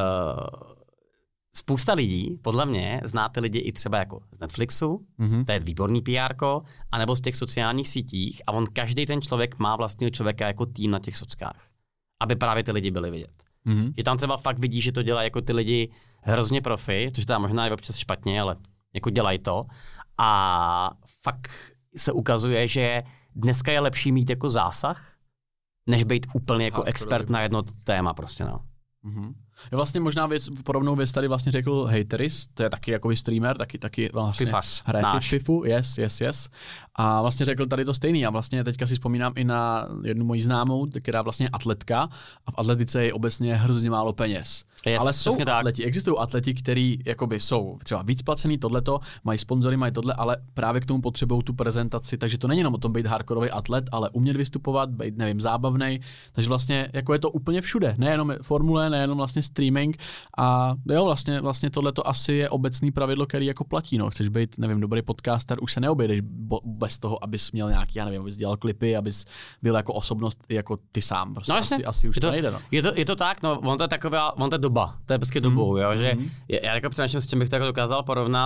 spousta lidí, podle mě, znáte lidi i třeba jako z Netflixu, to je výborný PR-ko, anebo z těch sociálních sítích a on každý ten člověk má vlastního člověka jako tým na těch sockách, aby právě ty lidi byli vidět. Že tam třeba fakt vidí, že to dělají jako ty lidi hrozně profi, což tam možná je občas špatně, ale jako dělají to. A fakt se ukazuje, že dneska je lepší mít jako zásah, než být úplně jako expert na jedno téma prostě, no. Mm-hmm. Já vlastně možná podobnou věc tady vlastně řekl Hateris, to je taky jako streamer, taky vlastně hraje Fifu, yes. A vlastně řekl tady to stejný a vlastně teďka si vzpomínám i na jednu moji známou, která vlastně atletka a v atletice je obecně hrozně málo peněz. Ale jsou atleti, existují atleti, kteří jakoby jsou třeba víc placený tohleto, mají sponzory, mají tohle, ale právě k tomu potřebují tu prezentaci, takže to není jenom o tom být hardkorový atlet, ale umět vystupovat, být, nevím, zábavnej, takže vlastně jako je to úplně všude, nejenom formule, nejenom vlastně streaming a jo, vlastně tohleto asi je obecný pravidlo, který jako platí, no, chceš být, nevím, dobrý podcaster, už se neobejdeš bez toho, abys měl nějaký, já nevím, abys dělal klipy, abys byl jako osobnost jako ty sám, prostě no, asi už to nejde, no. Je to tak, no, on to je doba, to je prostě dobou, jo, že já jako přemýšlím, s čím bych to jako dokázal porovnat,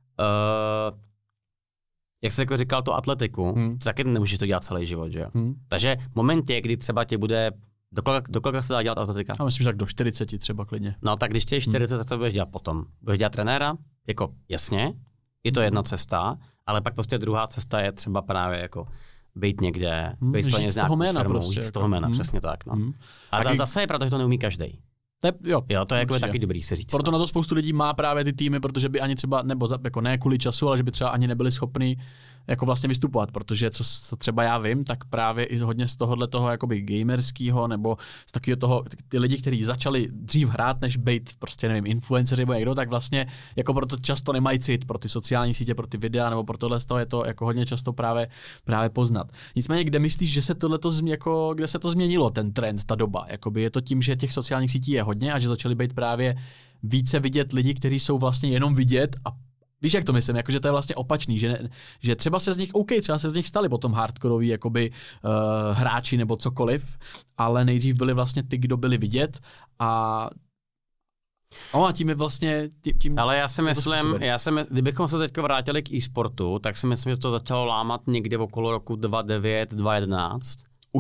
jak jsi jako říkal, tu atletiku, to taky nemůžeš to dělat celý život, že jo. Takže v momentě, kdy třeba tě bude, do kolika se dá dělat atletika? Já myslím, že tak do 40 třeba klidně. No tak když tě je 40, tak to budeš dělat potom. Budeš dělat trenéra, jako jasně, je to jedna cesta, ale pak prostě druhá cesta je třeba právě jako být někde, být splně s nějakou firmou, prostě, z toho jména, přesně tak, no. A zase je pravda, že to neumí každej. Jo, to je jako taky dobrý se říct. Proto na to spoustu lidí má právě ty týmy, protože by ani třeba, nebo jako ne kvůli času, ale že by třeba ani nebyli schopni jako vlastně vystupovat, protože co třeba já vím, tak právě i hodně z tohohle toho jakoby gamerského nebo z takového toho, ty lidi, kteří začali dřív hrát, než být prostě nevím, influenceři nebo někdo, tak vlastně jako proto často nemají cit pro ty sociální sítě, pro ty videa nebo pro tohle z toho je to jako hodně často právě poznat. Nicméně, kde myslíš, že se tohleto jako, kde se to změnilo, ten trend, ta doba? Jakoby je to tím, že těch sociálních sítí je hodně a že začali být právě více vidět lidi, kteří jsou vlastně jenom vidět a víš, jak to myslím, jakože to je vlastně opačný, že třeba se z nich, třeba se z nich stali potom hardkorový jakoby hráči nebo cokoliv, ale nejdřív byli vlastně ty, kdo byli vidět a tím je vlastně tím. Ale já si myslím, kdybychom se teďka vrátili k e-sportu, tak si myslím, že to začalo lámat někdy okolo roku 2009, 2011.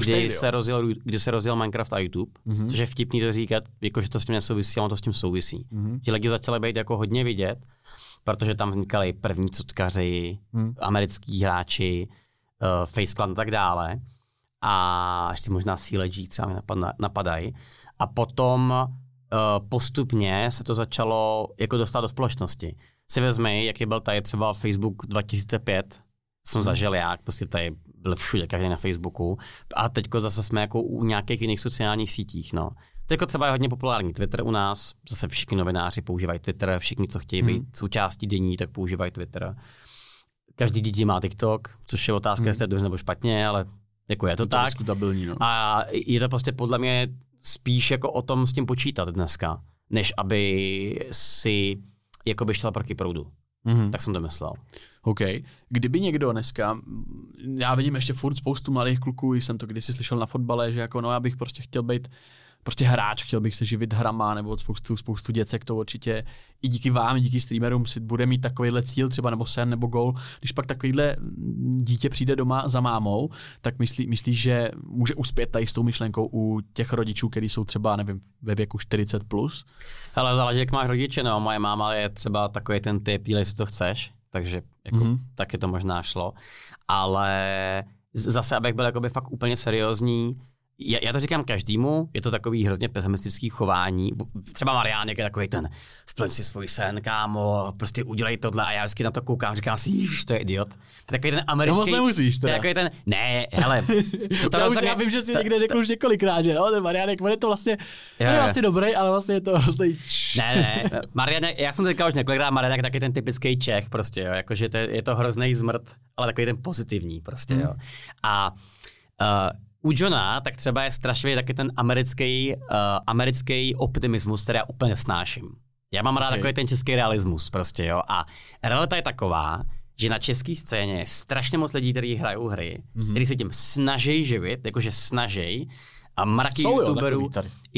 Kdy se rozjel Minecraft a YouTube, což je vtipný to říkat, jako že to s tím nesouvisí, ale to s tím souvisí. Ti lidi začali být jako hodně vidět, protože tam vznikaly první cutkaři, americký hráči, Face Clan a tak dále. A ještě možná CLG třeba mi napadají. A potom postupně se to začalo jako dostat do společnosti. Si vezmi, jaký byl tady třeba Facebook 2005, jsem zažil jak, prostě tady byl všude, každý na Facebooku. A teďko zase jsme jako u nějakých jiných sociálních sítích, no. To jako třeba je hodně populární. Twitter u nás, zase všichni novináři používají Twitter, všichni, co chtějí být součástí dění, tak používají Twitter. Každý dítě má TikTok, což je otázka, jestli je dobře nebo špatně, ale jako je to tak. Diskutabilní, no. A je to prostě podle mě spíš jako o tom s tím počítat dneska, než aby si jakoby šel proti proudu. Tak jsem to myslel. OK. Kdyby někdo dneska, já vidím ještě furt spoustu mladých kluků, jsem to kdysi slyšel na fotbale, že jako no já bych prostě chtěl být prostě hráč, chtěl bych se živit hrama nebo spoustu děcek, to určitě i díky vám, i díky streamerům si bude mít takovýhle cíl třeba nebo sen nebo gól. Když pak takovýhle dítě přijde doma za mámou, tak myslíš, že může uspět tady s tou myšlenkou u těch rodičů, kteří jsou třeba, nevím, ve věku 40+? Ale záleží, jak máš rodiče, no. Moje máma je třeba takový ten typ, dělej si to chceš, takže jako, taky to možná šlo. Ale zase, abych byl jakoby fakt úplně seriózní, já to říkám každému, je to takový hrozně pesimistický chování. Třeba Mariánek je takový ten, splň si svůj sen, kámo, prostě udělej tohle a já vždycky na to koukám, říkám si, jíž, to je idiot. To je takový ten americký... No moc nemusíš teda. To je takový ten, ne, hele. Já vím, že jsi někde řekl už několikrát, že no, ten Mariánek, on je to vlastně, on je vlastně dobrý, ale vlastně je to hrozný... Ne, Mariánek, já jsem to říkal už několikrát, Mariánek je taky ten typický Čech, prostě, jo, jakože je to hrozný zmrt, ale takový ten pozitivní, prostě, jo. A u Johna tak třeba je strašně taky ten americký optimismus, který já úplně snáším. Já mám rád takový ten český realismus prostě, jo. A realita je taková, že na české scéně je strašně moc lidí, kteří hrajou hry, kteří se tím snaží živit, jakože snaží. A mraky youtuberů,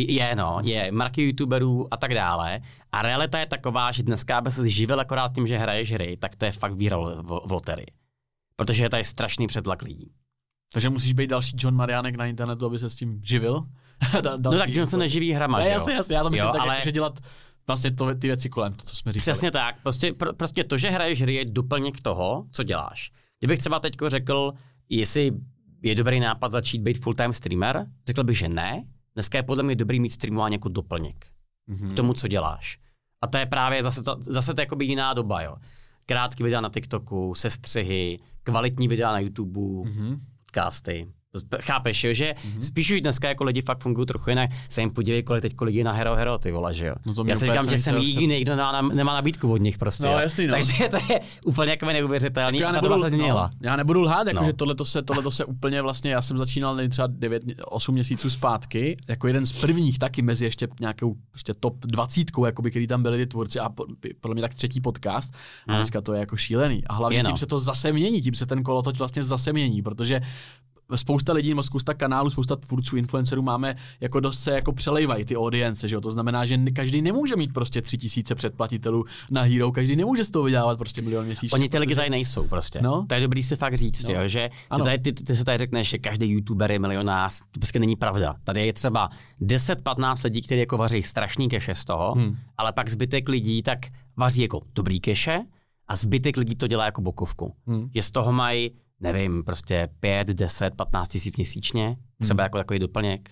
mraky youtuberů a tak dále. A realita je taková, že dneska, aby se živil akorát tím, že hraješ hry, tak to je fakt výhra v loterii. Protože je tady strašný přetlak lidí. Takže musíš být další John Mariánek na internetu, aby se s tím živil? No tak John se neživí hrama, že jo? Jasně, já to myslím tak, ale... že dělat Vlastně ty věci kolem, to, co jsme říkali. Přesně tak. Prostě to, že hraješ hry, je doplněk toho, co děláš. Kdybych třeba teďko řekl, jestli je dobrý nápad začít být full-time streamer, řekl bych, že ne. Dneska je podle mě dobrý mít streamování jako doplněk k tomu, co děláš. A to je právě zase to jakoby jiná doba, jo. Krátký videa na TikToku, sestřihy, kvalitní videa na YouTube, podcasty. Chápeš, jo, že spíš už dneska jako lidi fakt fungují trochu jinak. Se jim podívej, kolik teďko lidí na Hero, ty vole, že jo. No já si říkám, že jsem jediný, kdo nemá nabídku od nich prostě. No, jasný, no. Takže to je úplně jako neuvěřitelný. Jako já nebudu lhát, jakože tohleto se úplně vlastně, já jsem začínal třeba 8 měsíců zpátky, jako jeden z prvních taky mezi ještě nějakou prostě top 20, jakoby, který tam byli ty tvůrci a podle mě tak 3. podcast. A dneska to je jako šílený. A hlavně tím se to zase mění, tím se ten kolotoč vlastně zase mění, protože spousta lidí, spousta kanálů, spousta tvůrců, influencerů máme jako dost se jako přelejvají ty audience, že jo? To znamená, že každý nemůže mít prostě 3000 předplatitelů na Hero, každý nemůže z toho vydělávat prostě milion měsíčně. Oni ty lidi tady nejsou prostě. No? To je dobrý si fakt říct, jo, že ty se tady řekneš, že každý youtuber je milionář, to prostě není pravda. Tady je třeba 10-15 lidí, kteří jako vaří strašný keše z toho, ale pak zbytek lidí tak vaří jako dobrý keše a zbytek lidí to dělá jako bokovku. Je z toho mají nevím, prostě 5, 10, 15 tisíc měsíčně, třeba jako takový doplněk.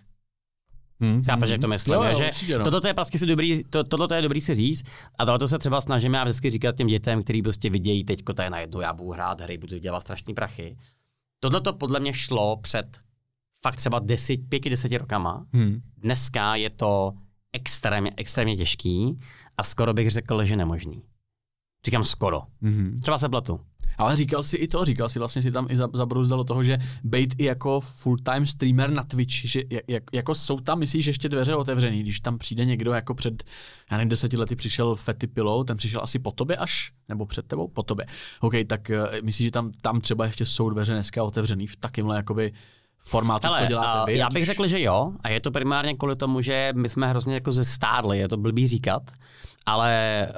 Chápeš, jak to myslím, že toto je prostě tohle je dobrý si říct a tohle se třeba snažíme já vždycky říkat těm dětem, kteří prostě vidějí teďko to je najednou, já budu hrát hry, budu dělat strašný prachy. Tohle to podle mě šlo před fakt třeba 5-10 rokama. Dneska je to extrémně těžký a skoro bych řekl, že nemožný. Říkám skoro. Třeba se pletu. Ale říkal si vlastně si tam i zabrouzdalo toho, že bejt i jako full-time streamer na Twitch, že jako jsou tam, myslíš, ještě dveře otevřený, když tam přijde někdo jako před, já nevím, 10 lety přišel Fetty Pillow, ten přišel asi po tobě až, nebo před tebou? Po tobě. OK, tak myslíš, že tam třeba ještě jsou dveře dneska otevřený v takýmhle jakoby formátu, co děláte vy? Já bych řekl, že jo, a je to primárně kvůli tomu, že my jsme hrozně jako zestárli, je to blbý říkat, ale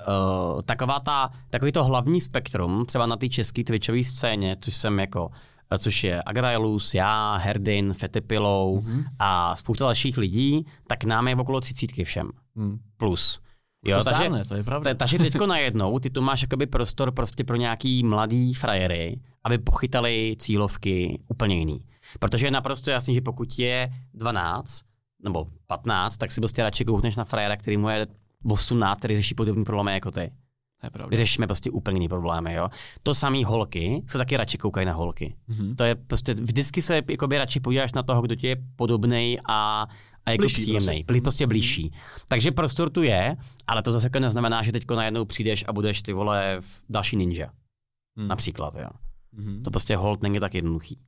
takový to hlavní spektrum, třeba na té české twitchové scéně, což je Agrailus, já, Herdin, Fetty Pillow a spousta dalších lidí, tak nám je okolo 30 všem. Plus. Jo, to je pravda. Takže teďko najednou ty tu máš jakoby prostor prostě pro nějaký mladý frajery, aby pochytali cílovky úplně jiný. Protože je naprosto jasný, že pokud je 12 nebo 15, tak si prostě radši koukneš na frajera, který mu je 18, který řeší podobný problémy jako ty. Řešíme prostě úplně jiný problémy, jo. To samý holky se taky radši koukají na holky. To je prostě, vždycky se jakoby radši podíváš na toho, kdo ti je podobnej a jako příjemnej, prostě blížší. Takže prostor tu je, ale to zase neznamená, že teďko najednou přijdeš a budeš ty vole v další ninja. Například, jo. To prostě hold není tak jednoduchý.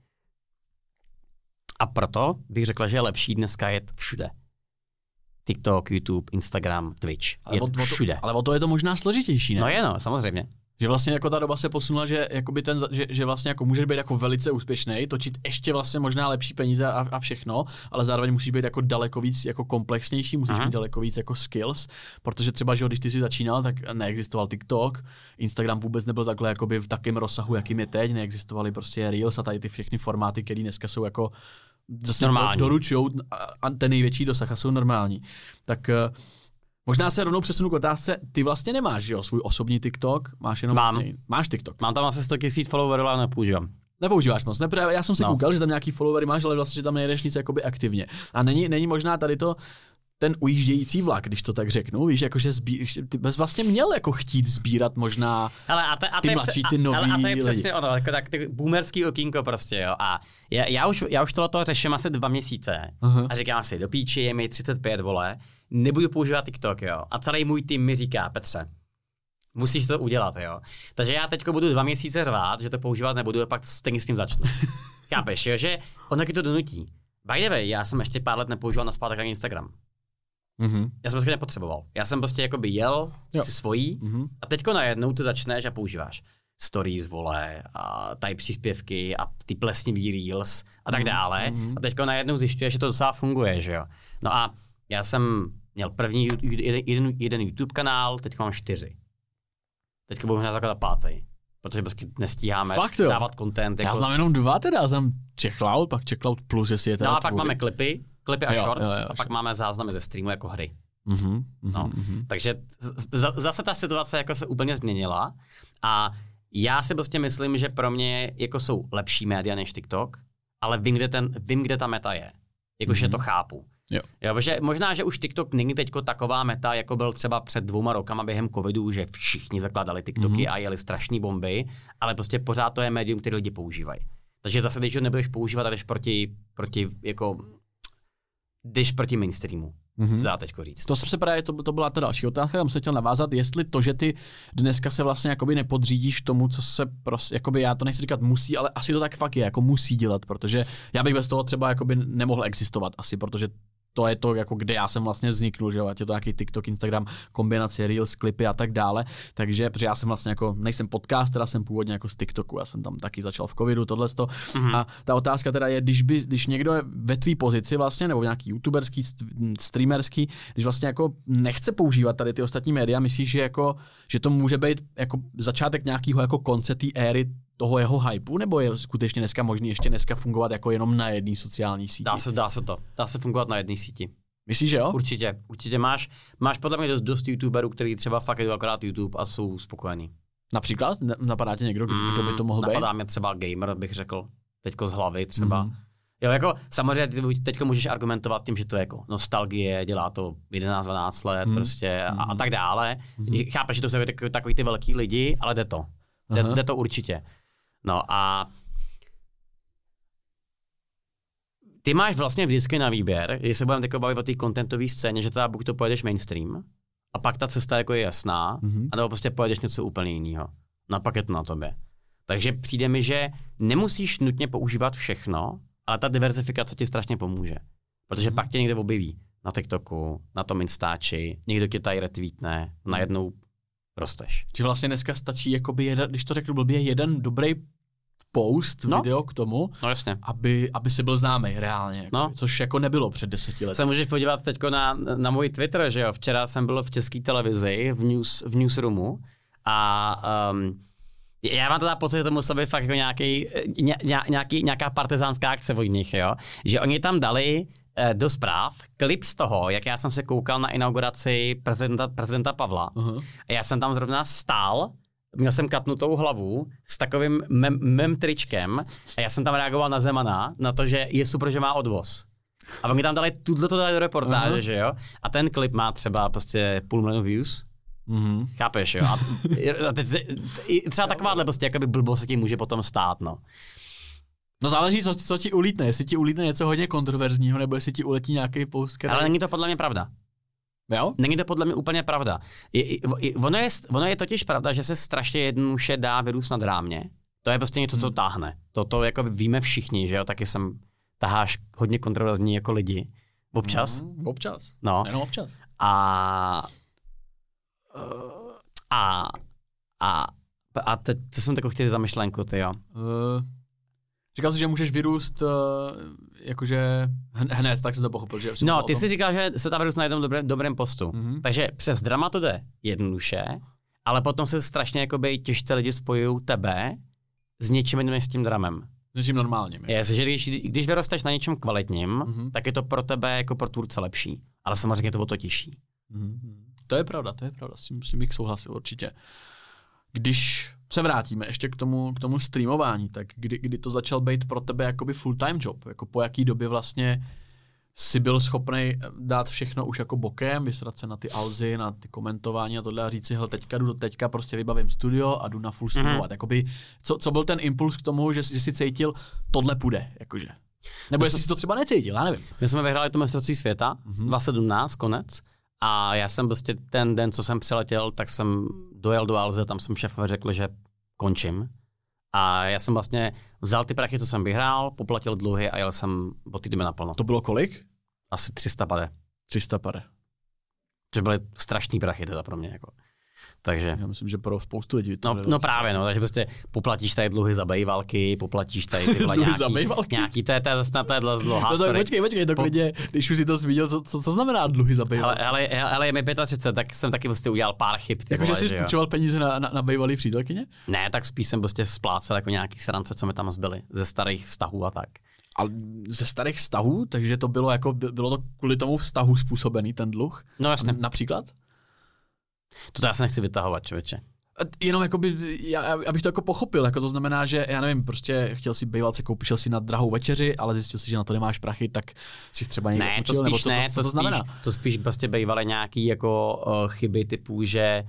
A proto bych řekla, že je lepší dneska jet všude. TikTok, YouTube, Instagram, Twitch. Všude. Ale o to je to možná složitější, ne? No je, samozřejmě. Že vlastně jako ta doba se posunula, že, jakoby že vlastně jako můžeš být jako velice úspěšný, točit ještě vlastně možná lepší peníze a všechno, ale zároveň musíš být jako daleko víc jako komplexnější, musíš mít daleko víc jako skills, protože třeba, že když ty jsi začínal, tak neexistoval TikTok, Instagram vůbec nebyl takhle jakoby v takém rozsahu, jakým je teď, neexistovaly prostě Reels a tady ty všechny formáty, které dneska jsou jako doručujou ten největší dosah a jsou normální. Tak možná se rovnou přesunu k otázce, ty vlastně nemáš, jo, svůj osobní TikTok, máš jenom máš TikTok. Mám tam asi 100 000 followerů, ale nepoužívám. Nepoužíváš moc, já jsem si koukal, že tam nějaký followery máš, ale vlastně, že tam nejedeš nic jakoby aktivně. A není možná tady to ten ujíždějící vlak, když to tak řeknu, víš, jakože ty bys vlastně měl jako chtít sbírat možná ty mladší, ty nový a to je lidi. Přesně ono, jako tak ty boomerský okýnko prostě, jo. A já už tohle řeším asi 2 měsíce a říkám si, do píči, je mi 35, vole, nebudu používat TikTok, jo. A celý můj tým mi říká, Petře, musíš to udělat, jo. Takže já teďko budu 2 měsíce řvát, že to používat nebudu a pak stejně s tím začnu. Chápeš, jo, že ono to donutí. By the way, já jsem ještě pár let nepoužíval naspátek ani Instagram. Já jsem prostě nepotřeboval. Já jsem prostě jakoby jel si svojí a teďko najednou ty začneš a používáš stories, vole, a tady příspěvky a ty plesnivý reels a tak dále. A teďko najednou zjišťuješ, že to docela funguje, že jo. No a já jsem měl první jeden YouTube kanál, teďko mám 4. Teďko budu na zakládat 5. Protože prostě nestíháme dávat content. Já znám jenom 2 teda, já znám Checkout, pak Checkout Plus, jestli je teda no a pak máme klipy a shorts a pak máme záznamy ze streamu jako hry. Takže zase ta situace jako se úplně změnila a já si prostě myslím, že pro mě jako jsou lepší média než TikTok, ale vím, kde ta meta je. Jakože to chápu. Jo, protože možná, že už TikTok není teďko taková meta, jako byl třeba před 2 rokama během covidu, že všichni zakládali TikToky a jeli strašný bomby, ale prostě pořád to je médium, které lidi používají. Takže zase, když ho nebudeš používat, jdeš proti mainstreamu. Se dá teďko říct. To se právě, to byla ta další otázka, tam se chtěl navázat, jestli to, že ty dneska se vlastně jakoby nepodřídíš tomu, co se prostě, jakoby já to nechci říkat musí, ale asi to tak fakt je, jako musí dělat, protože já bych bez toho třeba jakoby nemohl existovat asi, protože to je to, jako kde já jsem vlastně vzniknul, že jo, ať je to nějaký TikTok, Instagram, kombinace Reels, klipy a tak dále, takže protože já jsem vlastně jako, nejsem podcaster, jsem původně jako z TikToku, já jsem tam taky začal v covidu, tohleto. A ta otázka teda je, když někdo je ve tvý pozici vlastně, nebo nějaký youtuberský, streamerský, když vlastně jako nechce používat tady ty ostatní média, myslíš, že to může být jako začátek nějakého jako konce té éry toho jeho hypeu, nebo je skutečně dneska možný ještě dneska fungovat jako jenom na jedné sociální síti? Dá se fungovat na jedné síti. Myslíš, že jo? Určitě máš podle mě dost youtuberů, kteří třeba fakt jdou akorát YouTube a jsou spokojení. Například? Napadá tě někdo, kdo by to mohl být? Napadá mě třeba gamer, bych řekl, teďko z hlavy třeba. Jo, jako samozřejmě teďko můžeš argumentovat tím, že to je jako nostalgie, dělá to 11-12 let prostě a tak dále. Chápeš, že to jsou takový ty velký lidi, ale jde to. Jde to určitě. No a ty máš vlastně vždycky na výběr, když se budeme bavit o té contentové scéně, že teda buď to pojedeš mainstream a pak ta cesta jako je jasná, anebo prostě pojedeš něco úplně jiného. No a pak je to na tobě. Takže přijde mi, že nemusíš nutně používat všechno, ale ta diverzifikace ti strašně pomůže. Protože pak tě někde objeví na TikToku, na tom Instači, někdo tě tady retweetne, najednou rosteš. Či vlastně dneska stačí, jakoby když to řeknu blbě, jeden dobrý post, video k tomu, jasně. Aby si byl známý reálně, jakoby, což jako nebylo před 10 lety. Se můžeš podívat teďko na můj Twitter, že jo, včera jsem byl v České televizi, v newsroomu a já mám teda pocit, že to musel být fakt jako nějaká partizánská akce od nich, jo, že oni tam dali do zpráv klip z toho, jak já jsem se koukal na inauguraci prezidenta Pavla. A já jsem tam zrovna stál, měl jsem katnutou hlavu s takovým mém tričkem a já jsem tam reagoval na Zemana, na to, že je super, že má odvoz. A oni tam dali to do reportáže, že jo? A ten klip má třeba prostě 500 000 views. Chápeš, jo? A teď třeba takováhle prostě jakoby blbost se tím může potom stát, no. No záleží, co ti ulítne. Jestli ti ulítne něco hodně kontroverzního, nebo jestli ti uletí nějaký post, který... Ale není to podle mě pravda. Jo? Není to podle mě úplně pravda. Ono je totiž pravda, že se strašně jednoduše dá vyrůst nad rámě. To je prostě něco, co táhne. To jako víme všichni, že jo? Taky taháš hodně kontroverzní jako lidi. Občas. Občas. No. Jenom občas. A teď, co jsem takovou chtěl za myšlenku, ty jo? Říkal jsi, že můžeš vyrůst jakože hned, tak jsem to pochopil. Že no, ty jsi říkal, že se ta vyrůst na jednom dobrém postu. Takže přes drama to jde jednoduše, ale potom se strašně jakoby těžce lidi spojují tebe s něčím jiným než s tím dramem. S něčím normálním. Že když vyrosteš na něčem kvalitním, tak je to pro tebe jako pro tvůrce lepší. Ale samozřejmě je to o to těžší. To je pravda. S tím bych souhlasil určitě. Když se vrátíme ještě k tomu streamování, tak kdy to začal být pro tebe jakoby full-time job? Jako po jaký době vlastně jsi byl schopný dát všechno už jako bokem, vysrat se na ty alzy, na ty komentování a tohle a říct si, hele, teďka prostě vybavím studio a jdu na full streamovat. Jakoby, co byl ten impuls k tomu, že si cítil, tohle půjde, jakože? Nebo jestli si to třeba necítil, já nevím. My jsme vyhráli to mistrovství světa, 2017, konec. A já jsem prostě ten den, co jsem přiletěl, tak jsem dojel do Alze, tam jsem šéfovi řekl, že končím. A já jsem vlastně vzal ty prachy, co jsem vyhrál, poplatil dluhy a jel jsem o týdny naplno. To bylo kolik? Asi 300 pade. 300 pade. Což byly strašný prachy teda pro mě. Jako. Takže... Já myslím, že pro spoustu lidí to no právě, no, takže prostě poplatíš tady dluhy za bejvalky, poplatíš tady tyhle nějaký, to je dlouhá story. Počkej, to klidně, když už si to zmínil, co znamená dluhy za bejvalky? Ale je mi 35, tak jsem taky prostě udělal pár chyb. Jakože jsi půjčoval peníze na bejvalý přítelkyně? Ne, tak spíš jsem prostě splácel jako nějaký srance, co mi tam zbyly, ze starých vztahů a tak. A ze starých vztahů, takže to bylo bylo to kvůli tomu vztahu způsobený ten dluh? No jasně. Například? To já se nechci vytahovat, člověče. Jenom abych to jako pochopil, jako to znamená, že já nevím, prostě chtěl si bývalce, koupil si na drahou večeři, ale zjistil si, že na to nemáš prachy, tak si třeba někdo půjčil, nebo co to znamená? To spíš prostě bývaly nějaký jako chyby typu, že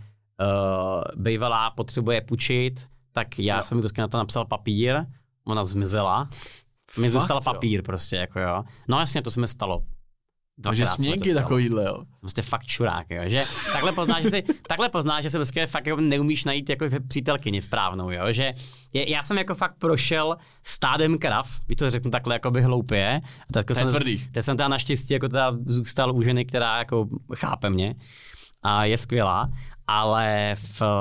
bývalá potřebuje půjčit, tak já jsem mi prostě na to napsal papír, ona zmizela, mi zůstal papír prostě, jako jo. No jasně, to se mi stalo. Takže směnky takovýhle, jo. Jsem prostě fakt čurák, jo. Že takhle poznáš, že se prostě fakt jako neumíš najít jako přítelkyni správnou, jo. Že já jsem jako fakt prošel stádem krav, když to řeknu takhle jako by hloupě. To je tvrdý. Teď jsem teda naštěstí jako teda zůstal u ženy, která jako chápe mě a je skvělá, ale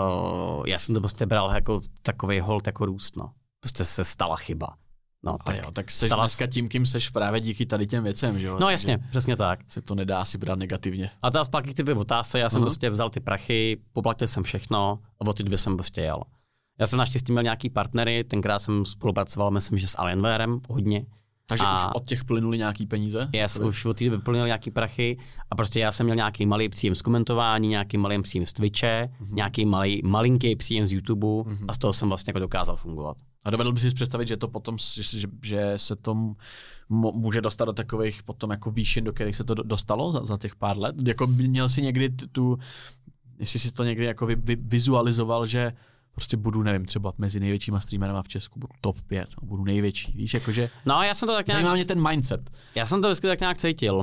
já jsem to prostě bral jako takovej holt jako růst, no. Prostě se stala chyba. No, tak seš dneska tím, kým seš právě díky tady těm věcem, že jo? No jasně, přesně tak. Se to nedá si brát negativně. A teda zpátky ty otázky, já jsem prostě vzal ty prachy, poplatil jsem všechno a od té doby jsem prostě jel. Já jsem naštěstí měl nějaký partnery, tenkrát jsem spolupracoval, myslím, že s Alienwarem hodně. Takže už od těch plynuli nějaký peníze? Yes, už od té doby plynuli nějaký prachy a prostě já jsem měl nějaký malý příjem z komentování, nějaký malý příjem z Twitche, nějaký malinký příjem z YouTube a z toho jsem vlastně jako dokázal fungovat. A dovedl bys si představit, že to potom, že se to může dostat do takových potom jako výšin, do kterých se to dostalo za těch pár let? Jako měl jsi někdy jestli jsi to někdy jako vizualizoval, že prostě budu, nevím, třeba mezi největšíma streamerama v Česku, budu top 5, budu největší, víš, jakože... No, já jsem to tak nějak... Zajímá mě ten mindset. Já jsem to vždycky tak nějak cítil,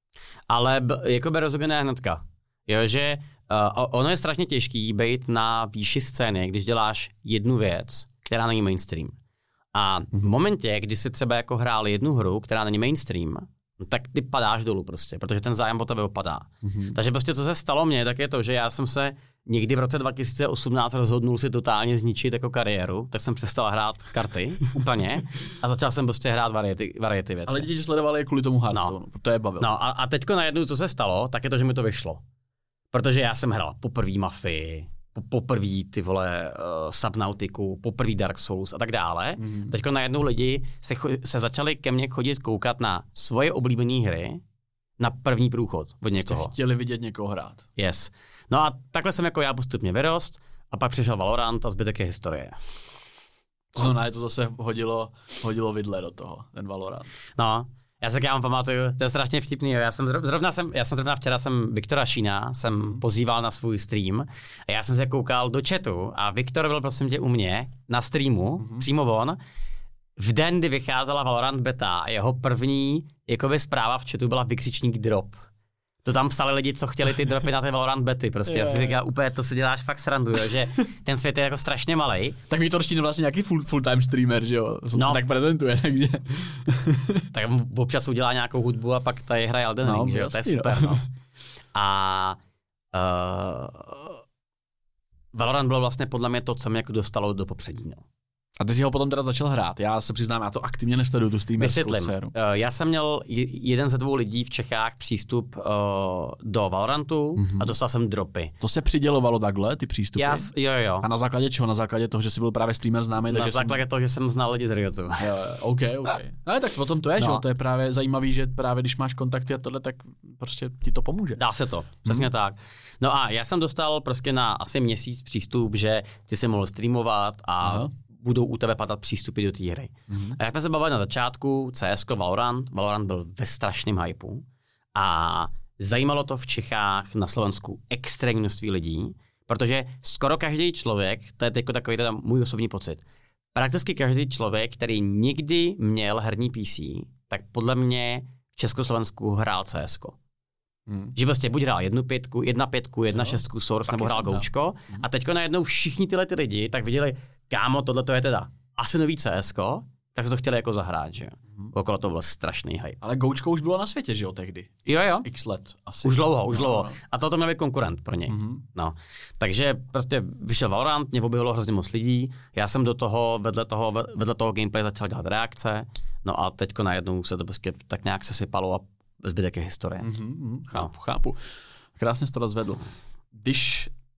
ale jako by rozhodně ne hnedka. Jo, že ono je strašně těžký být na výši scény, když děláš jednu věc, která není mainstream. A v momentě, kdy si třeba jako hrál jednu hru, která není mainstream, tak ty padáš dolů prostě, protože ten zájem o tebe opadá. Takže prostě co se stalo mně, tak je to, že já jsem se někdy v roce 2018 rozhodnul si totálně zničit jako kariéru, tak jsem přestal hrát karty úplně a začal jsem prostě hrát variety věci. Ale lidi sledovali kvůli tomu Hearthstoneu, to je bavilo. No a teďko najednou, co se stalo, tak je to, že mi to vyšlo. Protože já jsem hrál poprvý Mafii, poprvý ty vole Subnautiku, poprvý Dark Souls a tak dále. Teďko najednou lidi se začali ke mně chodit koukat na svoje oblíbené hry na první průchod od někoho. Jste chtěli vidět někoho hrát. Yes. No a takhle jsem jako já postupně vyrost a pak přišel Valorant a zbytek je historie. To znamená, to zase hodilo vidle do toho, ten Valorant. No, já se k vám pamatuju, to je strašně vtipný. Já jsem zrovna včera Viktora Šína jsem pozýval na svůj stream a já jsem se koukal do chatu a Viktor byl prosím tě u mě na streamu, přímo on, v den, kdy vycházela Valorant beta a jeho první jakoby zpráva v chatu byla vykřičník drop. To tam psali lidi, co chtěli ty dropy na ty Valorant bety, prostě. Já si říkám, úplně to si děláš fakt srandu, jo, že ten svět je jako strašně malej. Tak Viktor Štín vlastně nějaký full-time streamer, že jo, se tak prezentuje, takže. Tak občas udělá nějakou hudbu a pak tady hraje Elden Ring, že jo, to je super, no. A Valorant bylo vlastně podle mě to, co mě jako dostalo do popředí, no. A ty jsi ho potom teda začal hrát. Já se přiznám, já to aktivně nesleduju, tu streamerskou séru. Já jsem měl jeden ze 2 lidí v Čechách přístup do Valorantu a dostal jsem dropy. To se přidělovalo takhle, ty přístupy? Jo. A na základě čeho? Na základě toho, že jsi byl právě streamer známý? Na základě toho, že jsem znal lidi z Riotu. OK. Ale tak o tom to je, že to je právě zajímavý, že právě když máš kontakty a tohle, tak prostě ti to pomůže. Dá se to, přesně tak. No a já jsem dostal prostě na asi měsíc přístup, že ty si mohl streamovat a budou u tebe padat přístupy do té hry. A jak jsme se bavili na začátku, CS:GO, Valorant byl ve strašném hypeu a zajímalo to v Čechách, na Slovensku extrémní množství lidí, protože skoro každý člověk, to je takový teda můj osobní pocit, prakticky každý člověk, který nikdy měl herní PC, tak podle mě v Československu hrál CS:GO. Že prostě buď hrál 1.5, 1.6 Source nebo hrál Goučko a teďko najednou všichni tyhle ty lidi tak viděli, kámo, tohle to je teda asi nový CS:GO, tak se to chtěli jako zahrát, že jo. Okolo to byl strašný hype. Ale Goučko už bylo na světě, že jo, tehdy? Jo. X let asi. Už dlouho. No. A to měl být konkurent pro něj. No. Takže prostě vyšel Valorant, mě objevilo hrozně moc lidí, já jsem do toho, vedle toho gameplay začal dělat reakce, no a teďko najednou se to prostě tak nějak sesypalo a zbytek je historie. Chápu. Krásně jsi to rozvedl. Když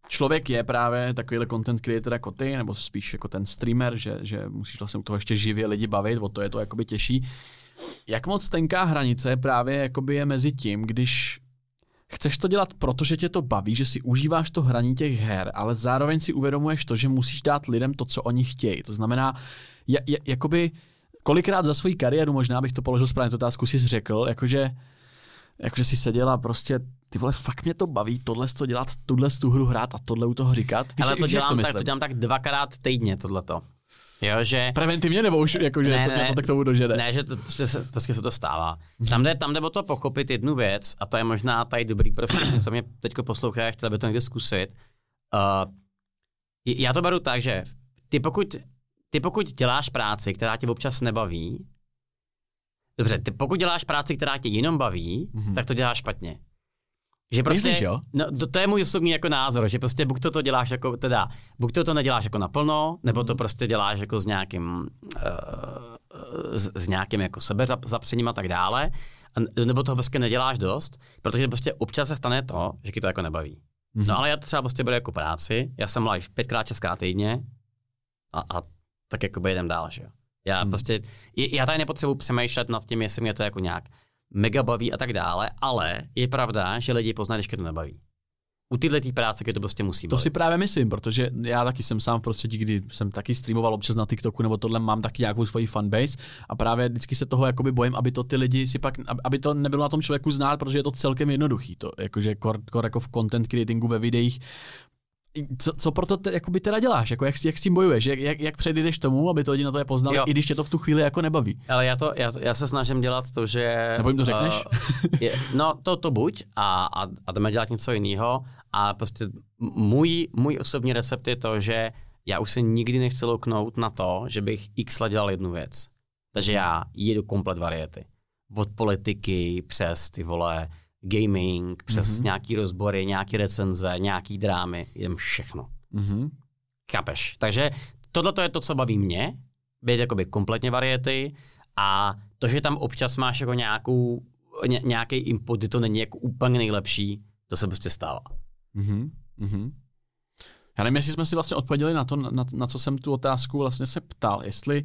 člověk je právě takovýhle content creator jako ty, nebo spíš jako ten streamer, že musíš vlastně u toho ještě živě lidi bavit, o to je to jakoby těžší. Jak moc tenká hranice právě jakoby je mezi tím, když chceš to dělat, protože tě to baví, že si užíváš to hraní těch her, ale zároveň si uvědomuješ to, že musíš dát lidem to, co oni chtějí. To znamená, jakoby kolikrát za svou kariéru, možná bych to položil správně, tu otázku si řekl, jakože si seděl a prostě ty vole, fakt mě to baví, tohle to dělat, tu hru hrát a tohle u toho říkat. Víš, ale to dělám tak 2krát týdně tohleto. Jo, že... Preventivně nebo už jakože to tak tomu dožene? Ne, že to prostě se to stává. Tam jde o to pochopit jednu věc a to je možná tady dobrý pro všechny, co mě teďko poslouchají a chtěli by to někde zkusit. Já to beru tak, že ty pokud děláš práci, která tě občas nebaví, dobře, pokud děláš práci, která tě jenom baví, tak to děláš špatně. Že prostě, myslíš, jo? No, to je můj osobní jako názor, že prostě buď to děláš jako, buď to neděláš jako naplno, nebo to prostě děláš jako s nějakým jako sebezapřením a tak dále, nebo toho prostě neděláš dost, protože prostě občas se stane to, že ti to jako nebaví. No ale já to třeba prostě beru jako práci, já jsem live 5x, 6x týdně a tak jako jdem dál, že jo. Já tady nepotřebuji přemýšlet nad tím, jestli mě to jako nějak mega baví a tak dále, ale je pravda, že lidi poznají, když to nebaví. U této práce, když to prostě musí bavit. To si právě myslím, protože já taky jsem sám v prostředí, kdy jsem taky streamoval občas na TikToku nebo tohle, mám taky nějakou svoji fanbase a právě vždycky se toho jakoby bojím, aby to ty lidi si pak, aby to nebylo na tom člověku znát, protože je to celkem jednoduchý. To jakože jako v content creatingu ve videích. Co proto jakoby teda děláš? Jako jak s tím bojuješ? Jak předjdeš tomu, aby to lidi na to je poznali, i když tě to v tu chvíli jako nebaví? Ale já se snažím dělat to, že... Nebo jim to řekneš? To buď a jdeme dělat něco jiného a prostě můj osobní recept je to, že já už se nikdy nechci louknout na to, že bych x let dělal jednu věc. Takže já jedu komplet variety. Od politiky přes ty vole gaming, přes nějaký rozbory, nějaký recenze, nějaký drámy, jdem všechno. Chápeš? Takže tohle je to, co baví mě, být jakoby kompletně variety a to, že tam občas máš jako nějaký input, kdy to není jako úplně nejlepší, to se prostě stává. Já nevím, jestli jsme si vlastně odpověděli na to, na co jsem tu otázku vlastně se ptal,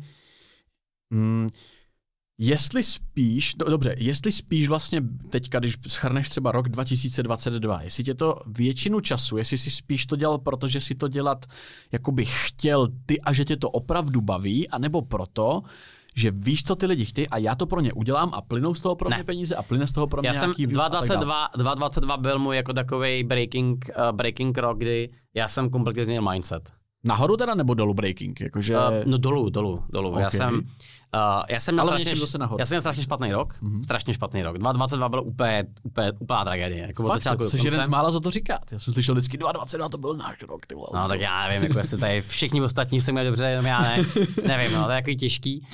jestli spíš vlastně teďka, když shrneš třeba rok 2022, jestli tě to většinu času, jestli si spíš to dělal, protože si to dělat jakoby chtěl ty a že tě to opravdu baví, anebo proto, že víš, co ty lidi chtějí a já to pro ně udělám a plynou z toho pro mě peníze a plyne z toho pro mě nějaký views. 2022 byl můj jako takovej breaking rok, kdy já jsem kompletně změnil mindset. Nahoru teda nebo dolů breaking? Jakože... No dolů. Okay. Já jsem měl strašně špatný rok, strašně špatný rok. 2022 byl úplně tragédie. Jako fakt, jsi jeden z mála za to říkat. Já jsem slyšel vždycky 2022 to byl náš rok. Ty vole, no tak já nevím, jako jestli tady všichni ostatní se měli dobře, jenom já ne. Nevím, no, to je takový těžký.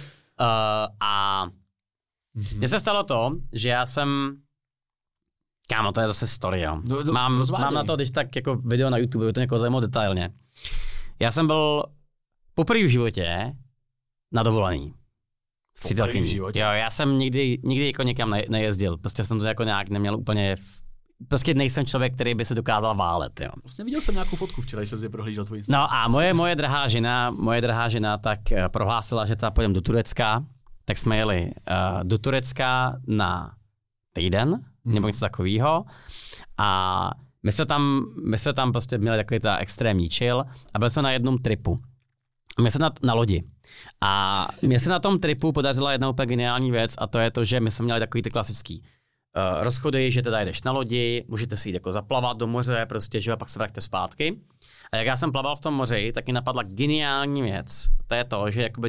A mně se stalo to, že já jsem... Kámo, to je zase story, jo. Mám na to, když tak jako video na YouTube, by to někoho zajímalo detailně. Já jsem byl poprvé v životě na dovolený. V přítelkyni. Jo, já jsem nikdy jako někam nejezdil. Prostě jsem to jako nějak neměl úplně... Prostě nejsem člověk, který by se dokázal válet, jo. Vlastně viděl jsem nějakou fotku včera, jsem si prohlížel tvůj Instagram. No a moje drahá žena tak prohlásila, že teda půjdeme do Turecka. Tak jsme jeli do Turecka na týden, nebo něco takového. A my jsme tam prostě měli takový ta extrémní chill a byli jsme na jednom tripu. My jsme na lodi. A mě se na tom tripu podařila jedna úplně geniální věc a to je to, že my jsme měli takový ty klasický rozchody, že teda jdeš na lodi, můžete si jít jako zaplavat do moře, prostě, že a pak se vraťte zpátky. A jak já jsem plaval v tom moři, tak mi napadla geniální věc. To je to, že jakoby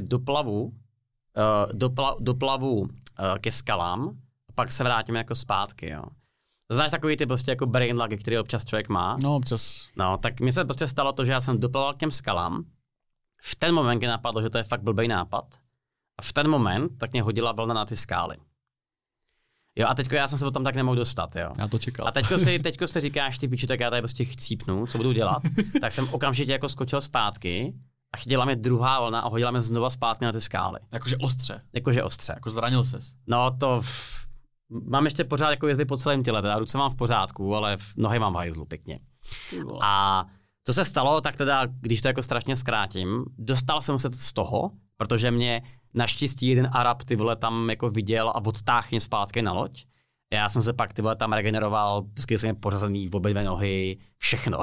doplavu ke skalám a pak se vrátím jako zpátky, jo. Znáš takový ty prostě jako brain lagy, který občas člověk má? No, občas. No, tak mi se prostě stalo to, že já jsem doplaval k těm skalám. V ten moment mě napadlo, že to je fakt blbej nápad. A v ten moment tak mě hodila vlna na ty skály. Jo, a teďko já jsem se tam tak nemohl dostat, jo. Já to čekal. A teďko si říkáš, ty piči, tak já tady prostě chcípnu, co budu dělat. Tak jsem okamžitě jako skočil zpátky a chytila mě druhá vlna a hodila mě znova zpátky na ty skály. Jakože ostře. Jako zranil ses. No to... Mám ještě pořád jako jezdy po celém těle, teda ruce mám v pořádku, ale nohy mám v hajzlu pěkně. A co se stalo, tak teda, když to jako strašně zkrátím, dostal jsem se z toho, protože mě naštěstí jeden Arab, ty vole, tam jako viděl a odtáhl mě zpátky na loď. Já jsem se pak, ty vole, tam regeneroval, prostě jsem pořazený v obě dvě nohy, všechno.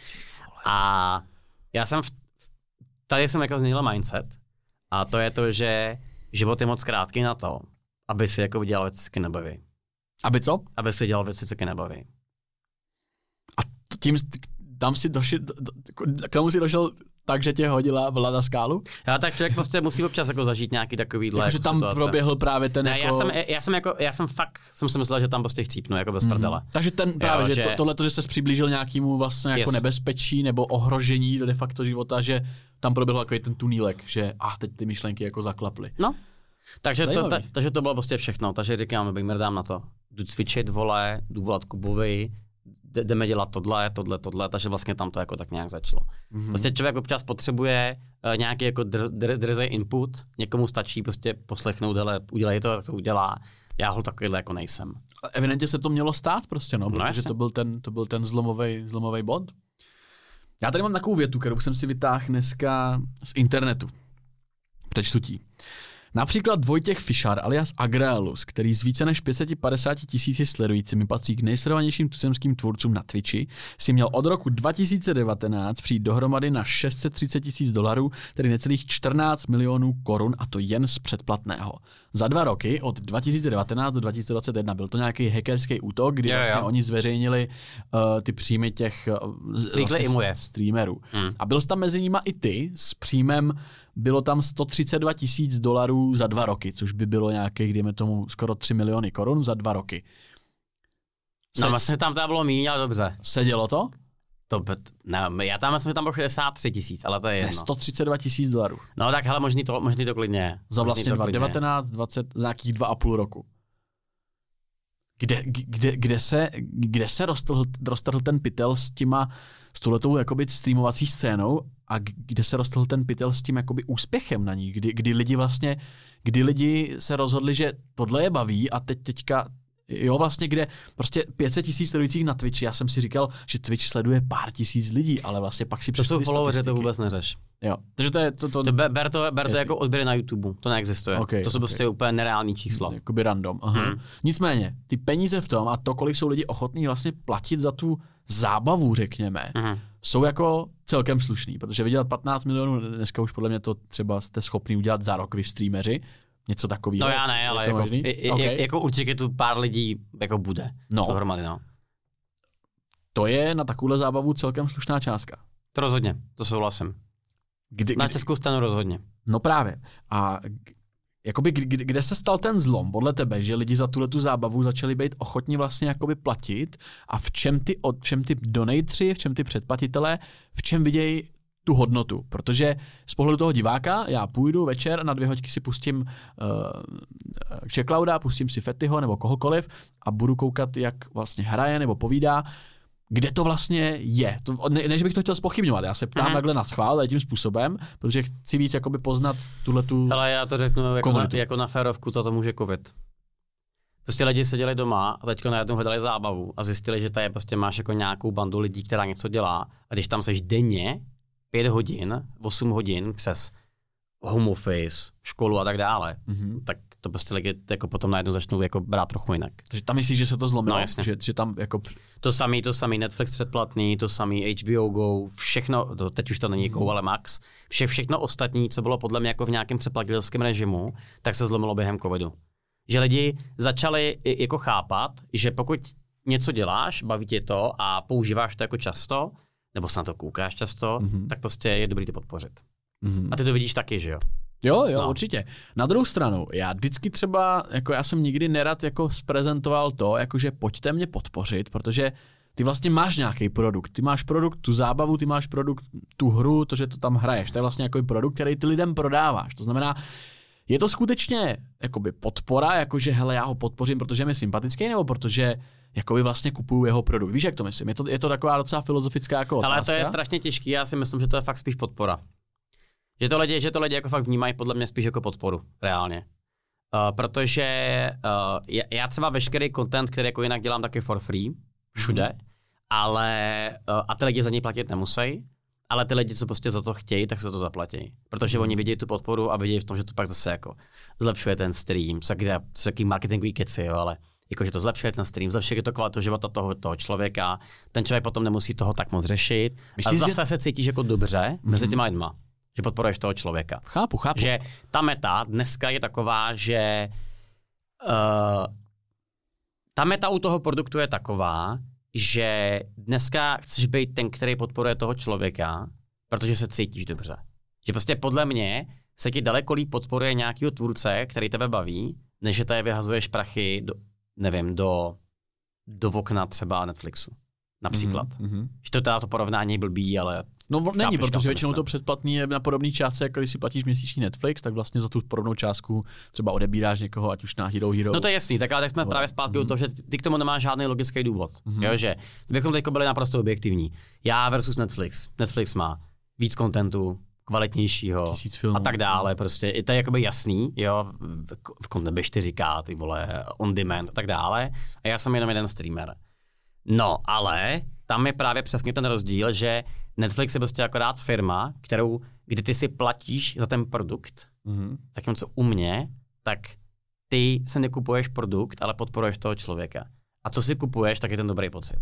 A já jsem tady jsem jako změnil mindset a to je to, že život je moc krátký na to, aby si jako dělal věci, co nebaví. Aby co? Aby si dělal věci, co nebaví. A tím, tam si došel, k tomu si došel tak, že tě hodila Vlada Skálu? Já tak člověk prostě musí občas jako zažít nějaký takovýhle jako tam situace. Proběhl právě ten ne, jako... Já jsem fakt si myslel, že tam prostě chcípnu, jako bez prdele. Takže ten právě, jo, že tohleto, že ses přiblížil nějakému vlastně jako nebezpečí nebo ohrožení de facto života, že tam proběhl takový ten tunílek, že teď ty myšlenky jako zaklaply. No. Takže to bylo prostě všechno, takže říkám, dám na to. Jdu cvičit, vole, jdu volat Kubovi, jdeme dělat tohle, takže vlastně tam to jako tak nějak začalo. Prostě člověk občas potřebuje nějaký jako drzej input, někomu stačí prostě poslechnout, ale udělej to, tak to udělá. Já ho takovýhle jako nejsem. Evidentně se to mělo stát prostě, protože to byl ten zlomový bod. Já tady mám takovou větu, kterou jsem si vytáhl dneska z internetu. Přečtu ti. Například Vojtěch Fišar alias Agrelus, který s více než 550 000 sledujícími patří k nejsledovanějším tuzemským tvůrcům na Twitchi, si měl od roku 2019 přijít dohromady na $630 000, tedy necelých 14 milionů korun, a to jen z předplatného. Za 2 roky, od 2019 do 2021, byl to nějaký hackerský útok, kdy vlastně oni zveřejnili ty příjmy těch streamerů. A byl jsi tam mezi nimi i ty s příjmem. Bylo tam $132 000 za 2 roky, což by bylo nějakých, dejme tomu, skoro 3 miliony korun za 2 roky. No vlastně tam to bylo míň, ale dobře. Sedělo to? Já tam myslím, že tam bylo 63 000, ale to je jedno. $132 000. No tak hele, možný to klidně je. Za vlastně 2019, 20, za nějakých 2,5 roku. Kde se roztrhl ten pytel s touhletou jakoby streamovací scénou a kde se roztrhl ten pytel s tím jakoby úspěchem na ní, kdy lidi se rozhodli, že tohle je baví a teďka vlastně kde prostě 500 000 sledujících na Twitchi, já jsem si říkal, že Twitch sleduje pár tisíc lidí, ale vlastně pak si přečtu ty statistiky. To vůbec neřeš. Jo. Takže to je to ber to jako odběry na YouTube, to neexistuje. To jsou prostě úplně nereální čísla. Jakoby random. Aha. Nicméně, ty peníze v tom a to, kolik jsou lidi ochotní vlastně platit za tu zábavu, řekněme, jsou jako celkem slušný, protože vydělat 15 milionů, dneska už podle mě to třeba jste schopni udělat za rok vy streameři, něco takového. No já ne, ale jako určitě tu pár lidí jako bude. Dohromady, no. To je na takovouhle zábavu celkem slušná částka. To rozhodně, to souhlasím. Na českou stranu rozhodně. No právě. A jakoby, kde se stal ten zlom podle tebe, že lidi za tuhletu zábavu začali být ochotní vlastně jakoby platit a v čem ty donatři, v čem ty předplatitelé, v čem vidějí tu hodnotu, protože z pohledu toho diváka já půjdu večer na 2 hodiny si pustím Checklouda, pustím si Fettyho nebo kohokoliv a budu koukat, jak vlastně hraje nebo povídá, kde to vlastně je. Než bych to chtěl zpochybňovat, já se ptám takhle na schvál tím způsobem, protože chci víc jakoby poznat tuhletu. Ale já to řeknu jako na férovku, co to může covid. Prostě lidi seděli doma a teďka najednou hledali zábavu a zjistili, že tady prostě máš jako nějakou bandu lidí, která něco dělá a když tam seš denně 5 hodin, 8 hodin přes home office, školu a tak dále, tak to prostě lidi jako potom najednou začnou jako brát trochu jinak. Takže tam myslíš, že se to zlomilo? No, že tam jako... To samý Netflix předplatný, to samý HBO Go, všechno, teď už to není Go, ale Max, všechno ostatní, co bylo podle mě jako v nějakém předplatitelském režimu, tak se zlomilo během covidu. Že lidi začali jako chápat, že pokud něco děláš, baví tě to a používáš to jako často, nebo se na to koukáš často, tak prostě je dobrý to podpořit. A ty to vidíš taky, že jo? Jo, no. Určitě. Na druhou stranu, já vždycky třeba, jako já jsem nikdy nerad jako zprezentoval to, jakože pojďte mě podpořit, protože ty vlastně máš nějaký produkt. Ty máš produkt, tu zábavu, ty máš produkt, tu hru, to, že to tam hraješ. To je vlastně jako produkt, který ty lidem prodáváš. To znamená, je to skutečně jakoby podpora, jakože hele, já ho podpořím, protože je sympatický, nebo protože jakoby vlastně kupuju jeho produkt. Víš, jak to myslím? Je to taková docela filozofická jako otázka. Ale to je strašně těžký, já si myslím, že to je fakt spíš podpora. Že to lidi jako fakt vnímají podle mě spíš jako podporu, reálně. Protože já třeba veškerý content, který jako jinak dělám taky for free, všude, ale a ty lidi za něj platit nemusí, ale ty lidi, co prostě za to chtějí, tak se to zaplatí. Protože oni vidí tu podporu a vidí v tom, že to pak zase jako zlepšuje ten stream, jsou jaký marketingový keci, jo, ale jako, že to zlepšuje ten stream, zlepšuje to kvalitu života toho člověka, ten člověk potom nemusí toho tak moc řešit. Myslíš, a zase se cítíš jako dobře mezi těma lidma, že podporuješ toho člověka. Chápu. Že ta meta dneska je taková, že ta meta u toho produktu je taková, že dneska chceš být ten, který podporuje toho člověka, protože se cítíš dobře. Že prostě podle mě se ti daleko líp podporuje nějakýho tvůrce, který tebe baví, než že tady vyhazuješ prachy do okna třeba Netflixu. Například. Že to teda to porovnání blbý, ale... No není, protože většinou to předplatný je na podobný částce, jako když si platíš měsíční Netflix, tak vlastně za tu podobnou částku třeba odebíráš někoho, ať už na Hero. No to je jasný, tak jsme právě zpátky u toho, že ty k tomu nemáš žádný logický důvod. Jo, že kdybychom teď byli naprosto objektivní. Já versus Netflix. Netflix má víc kontentu, kvalitnějšího a tak dále. Prostě to je jakoby jasný, jo, v kontentu 4K, ty vole, on demand a tak dále. A já jsem jenom jeden streamer. No, ale tam je právě přesně ten rozdíl, že Netflix je prostě akorát firma, kdy ty si platíš za ten produkt, zatímco u mě, tak ty se nekupuješ produkt, ale podporuješ toho člověka. A co si kupuješ, tak je ten dobrý pocit.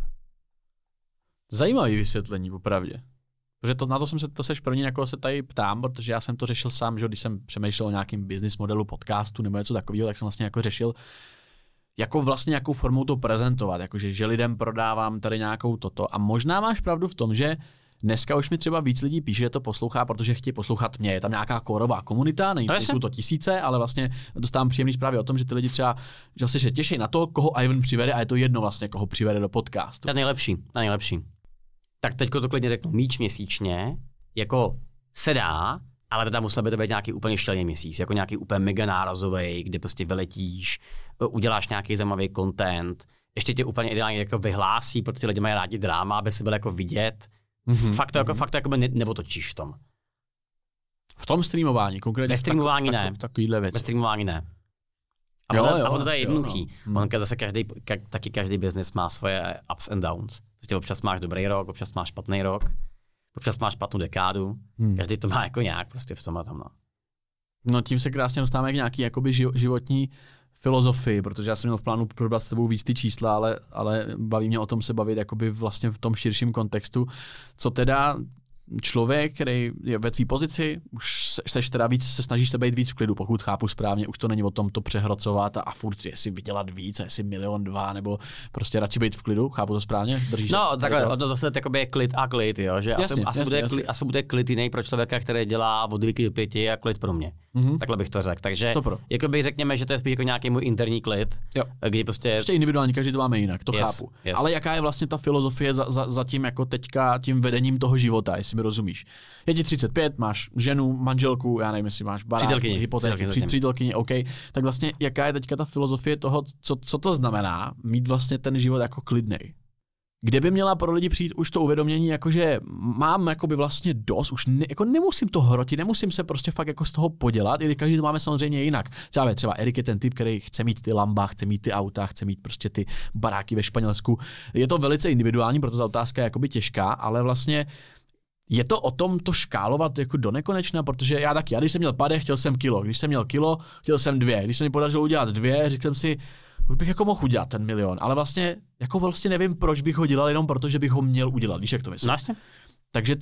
Zajímavý vysvětlení, popravdě. Protože na to seš první, na koho se tady ptám, protože já jsem to řešil sám, že když jsem přemýšlel o nějakým business modelu podcastu nebo něco takového, tak jsem vlastně jako řešil, jako vlastně nějakou formou to prezentovat, jakože že lidem prodávám tady nějakou toto. A možná máš pravdu v tom, že dneska už mi třeba víc lidí píše, že to poslouchá, protože chtějí poslouchat mě. Je tam nějaká kórová komunita, nejsou to tisíce, ale vlastně dostávám příjemný zprávy o tom, že ty lidi třeba že se těší na to, koho Ivan přivede a je to jedno vlastně, koho přivede do podcastu. To je nejlepší. Tak teďko to klidně řeknu, míč měsíčně, jako se dá, ale teda musel by to být nějaký úplně šílený měsíc, jako nějaký úplně mega nárazový, kde prostě vyletíš, uděláš nějaký zajímavý content, ještě tě úplně ideálně jako vyhlásí, protože lidi mají rádi dráma, aby si byl jako vidět. Fakt to jako neotočíš v tom. V tom streamování, konkrétně. Ve streamování ne. Takovýhle věci. Ve streamování ne. A to je jednoduchý. Zase každý business má svoje ups and downs. Prostě občas máš dobrý rok, občas máš špatný rok, občas máš špatnou dekádu. Každý to má jako nějak prostě v tom a tom. No tím se krásně dostáváme k nějaký jakoby životní filozofii, protože já jsem měl v plánu probrat s tebou víc ty čísla, ale baví mě o tom se bavit jakoby vlastně v tom širším kontextu. Co teda člověk, který je ve tvý pozici, už seš teda víc, se snažíš se být víc v klidu, pokud chápu správně, už to není o tom to přehrocovat a furt jestli vydělat víc, jestli 1 200 000, nebo prostě radši být v klidu, chápu to správně? Držíš no, takhle, to zase je klid a klid, jo, že asi bude klid jiný pro člověka, který dělá od 2 do 5 a klid pro mě. Takhle bych to řekl. Takže jakoby řekněme, že to je spíš jako nějaký můj interní klid, kdy prostě individuálně, každý to máme jinak, to chápu. Ale jaká je vlastně ta filozofie za tím jako teďka tím vedením toho života, jestli mi rozumíš. Je ti 35, máš ženu, manželku, já nevím, jestli máš barák, hypotéky, přítelkyni, OK. Tak vlastně jaká je teďka ta filozofie toho, co to znamená mít vlastně ten život jako klidnej? Kde by měla pro lidi přijít už to uvědomění, jakože mám jakoby vlastně dost, už jako nemusím to hrotit, nemusím se prostě fakt jako z toho podělat, i když každý to máme samozřejmě jinak. Třeba Erik je ten typ, který chce mít ty Lamba, chce mít ty auta, chce mít prostě ty baráky ve Španělsku. Je to velice individuální, proto ta otázka je jakoby těžká, ale vlastně je to o tom to škálovat jako do nekonečna, protože já když jsem měl pade, chtěl jsem kilo, když jsem měl kilo, chtěl jsem 2, když se mi podařilo udělat 2, řekl jsem si, už bych jako mohl udělat ten 1 000 000, ale vlastně nevím, proč bych ho dělal, jenom protože bych ho měl udělat, víš, jak to myslím. Vlastně. Takže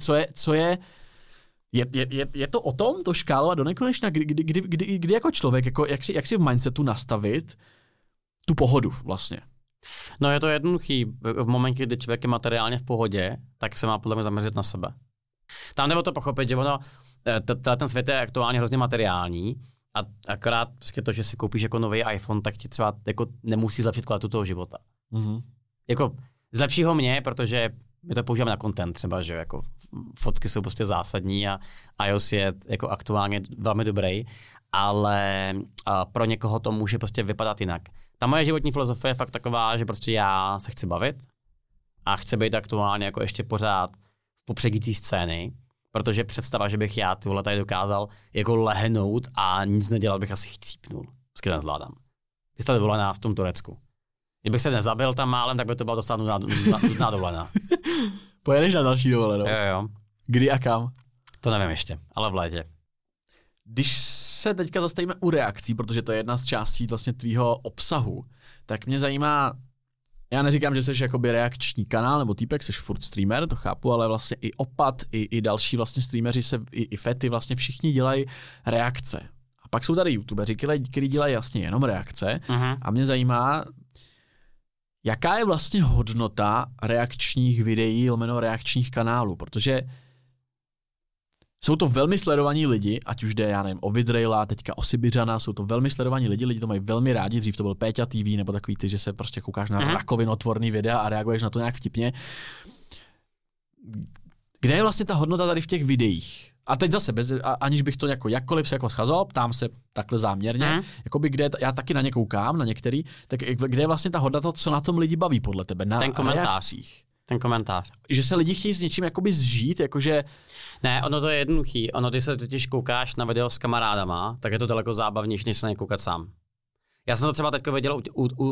je to o tom, to škálovat do nekonečna, kdy jako člověk, jako jak si v mindsetu nastavit tu pohodu vlastně. No je to jednoduchý, v momentě, kdy člověk je materiálně v pohodě, tak se má podle mě zaměřit na sebe. Tam nebo to pochopit, že ten svět je aktuálně hrozně materiální a akorát prostě to, že si koupíš jako nový iPhone, tak ti třeba jako nemusí zlepšit kvalitu toho života. Jako zlepší ho mě, protože my to používáme na content třeba, že jako fotky jsou prostě zásadní a iOS je jako aktuálně velmi dobrý, ale pro někoho to může prostě vypadat jinak. Ta moje životní filozofie je fakt taková, že prostě já se chci bavit a chci být aktuálně jako ještě pořád v popředí té scény, protože představa, že bych já tyhle tady dokázal jako lehnout a nic nedělat, bych asi chcípnul. Vždycky nezvládám. Ty jste dovolená v tom Turecku. Kdybych se nezabil tam málem, tak by to bylo docela nudná dovolená. Pojedeš na další dovolenou? Jo. Kdy a kam? To nevím ještě, ale v létě. Když se teďka zastavíme u reakcí, protože to je jedna z částí vlastně tvýho obsahu, tak mě zajímá, já neříkám, že jsi jakoby reakční kanál nebo týpek, jsi furt streamer, to chápu, ale vlastně i Opat, i další vlastně streameři i Fety vlastně všichni dělají reakce. A pak jsou tady youtubeři, kteří dělají jasně jenom reakce. A mě zajímá, jaká je vlastně hodnota reakčních videí, reakčních kanálů, protože jsou to velmi sledovaní lidi, ať už jde, já nevím, o Vidraila, teďka o Sibiřana, jsou to velmi sledovaní lidi to mají velmi rádi, dřív to byl Péťa TV, nebo takový ty, že se prostě koukáš na rakovinotvorný videa a reaguješ na to nějak vtipně. Kde je vlastně ta hodnota tady v těch videích? A teď zase, aniž bych to jakkoliv se schazoval, ptám se takhle záměrně, jakoby kde, já taky na ně koukám, na některý, tak kde je vlastně ta hodnota, co na tom lidi baví podle tebe, na reakcích? Ten komentář. Že se lidi chtějí s něčím jakoby zžít, jakože... Ne, ono to je jednoduchý. Ono, když se totiž koukáš na video s kamarádama, tak je to daleko zábavnější, než se na ně koukat sám. Já jsem to třeba teď viděl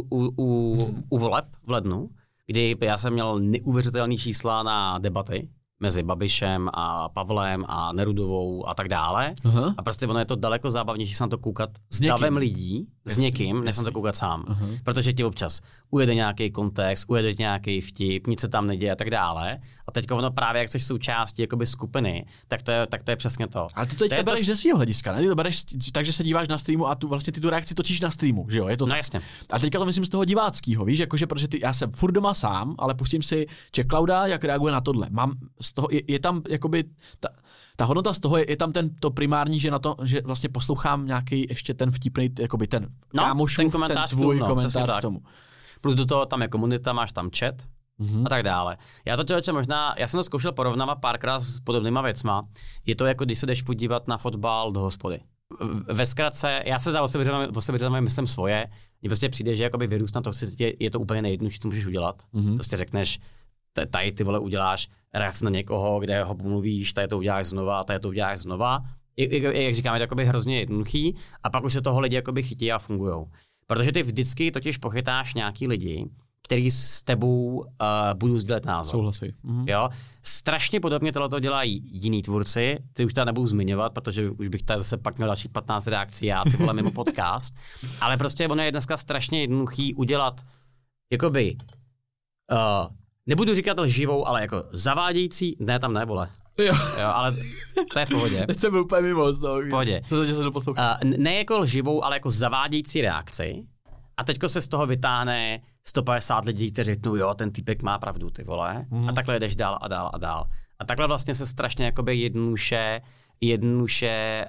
u voleb v lednu, kdy já jsem měl neuvěřitelné čísla na debaty mezi Babišem a Pavlem a Nerudovou a tak dále. A prostě ono je to daleko zábavnější se na to koukat s davem lidí, s někým, než se na to koukat sám. Protože ti občas ujede nějaký kontext, ujede nějaký vtip, nic se tam neděje a tak dále. A teď ono právě, jak jsi součástí jakoby skupiny, tak to je přesně to. Ale ty to teďka bereš ze svého hlediska, ne? Ty to bereš takže se díváš na streamu a vlastně ty tu reakci točíš na streamu, že jo? Je to no jasně. A teďka to myslím z toho diváckého, víš, jakože protože já jsem furt doma sám, ale pustím si Czech Clouda, jak reaguje na tohle. Mám z toho je tam jakoby ta hodnota z toho je tam to primární, že na to, že vlastně poslouchám nějaký ještě ten vtipný, jakoby ten kámošův, ten tvůj komentář k tomu. Plus do toho tam je komunita, máš tam chat a tak dále. Já jsem to zkoušel porovnávat párkrát s podobnýma věcma. Je to jako když se jdeš podívat na fotbal do hospody. Ve zkratce, já se o sebe myslím svoje, mně prostě přijde, že jakoby vyrůst na to, je to úplně nejjednodušší, co můžeš udělat. Prostě řekneš, tady ty vole uděláš reakci na někoho, kde ho pomluvíš, tady to uděláš znova. Jak říkám, je to jakoby hrozně jednoduchý a pak už se toho lidi jakoby chytí a fungujou. Protože ty vždycky totiž pochytáš nějaký lidi, který s tebou budou sdílet názor. Souhlasí. Jo? Strašně podobně tohleto dělají jiní tvůrci, ty už tady nebudu zmiňovat, protože už bych tady zase pak měl dalších 15 reakcí, já ty vole mimo podcast. Ale prostě ono je dneska strašně jednoduchý udělat jakoby nebudu říkat lživou, ale jako zavádějící, ne, tam ne, vole. Jo, ale to je v pohodě. Teď jsem byl úplně mimo z toho. V pohodě. Ne jako lživou, ale jako zavádějící reakci. A teďko se z toho vytáhne 150 lidí, kteří řeknou, jo, ten týpek má pravdu, ty vole. A takhle jdeš dál a dál a dál. A takhle vlastně se strašně jakoby jednoduše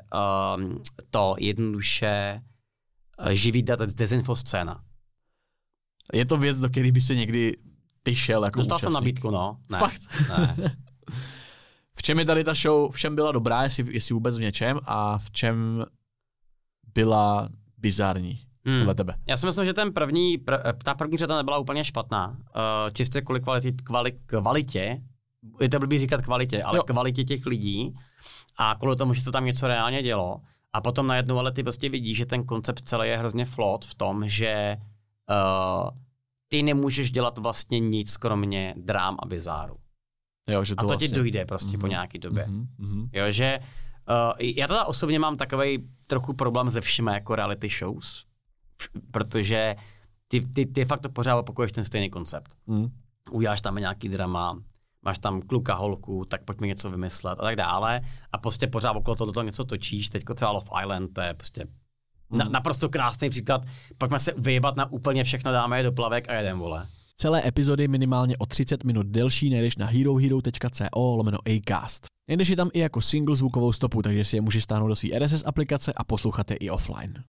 živí dezinfoscéna. Je to věc, do které by se někdy ty šel jako dostal účastník. Jsem nabídku, no. Ne. Fakt? Ne. V čem je tady ta show, v čem byla dobrá, jestli vůbec v něčem, a v čem byla bizarní podle tebe? Já si myslím, že ta první řada nebyla úplně špatná. Čistě kvůli kvalitě, je to blbý říkat kvalitě, ale kvalitě těch lidí a kvůli tomu, že se tam něco reálně dělo. A potom najednou ale ty prostě vidíš, že ten koncept celý je hrozně flawed v tom, že ty nemůžeš dělat vlastně nic, kromě drám a bizáru. Jo, že to a to vlastně... ti dojde prostě po nějaký době. Jo, že já teda osobně mám takovej trochu problém se všemi jako reality shows, protože ty fakt to pořád opakuješ ten stejný koncept. Uděláš tam nějaký drama, máš tam kluka, holku, tak pojďme něco vymyslet a tak dále. A prostě pořád okolo toho něco točíš, teďko třeba Love Island, to je prostě naprosto krásný příklad. Pojďme se vyjebat na úplně všechno, dáme je do plavek a jedem, vole. Celé epizody minimálně o 30 minut delší najdeš na herohero.co/acast. Najdeš je tam i jako single zvukovou stopu, takže si je můžeš stáhnout do své RSS aplikace a poslouchat je i offline.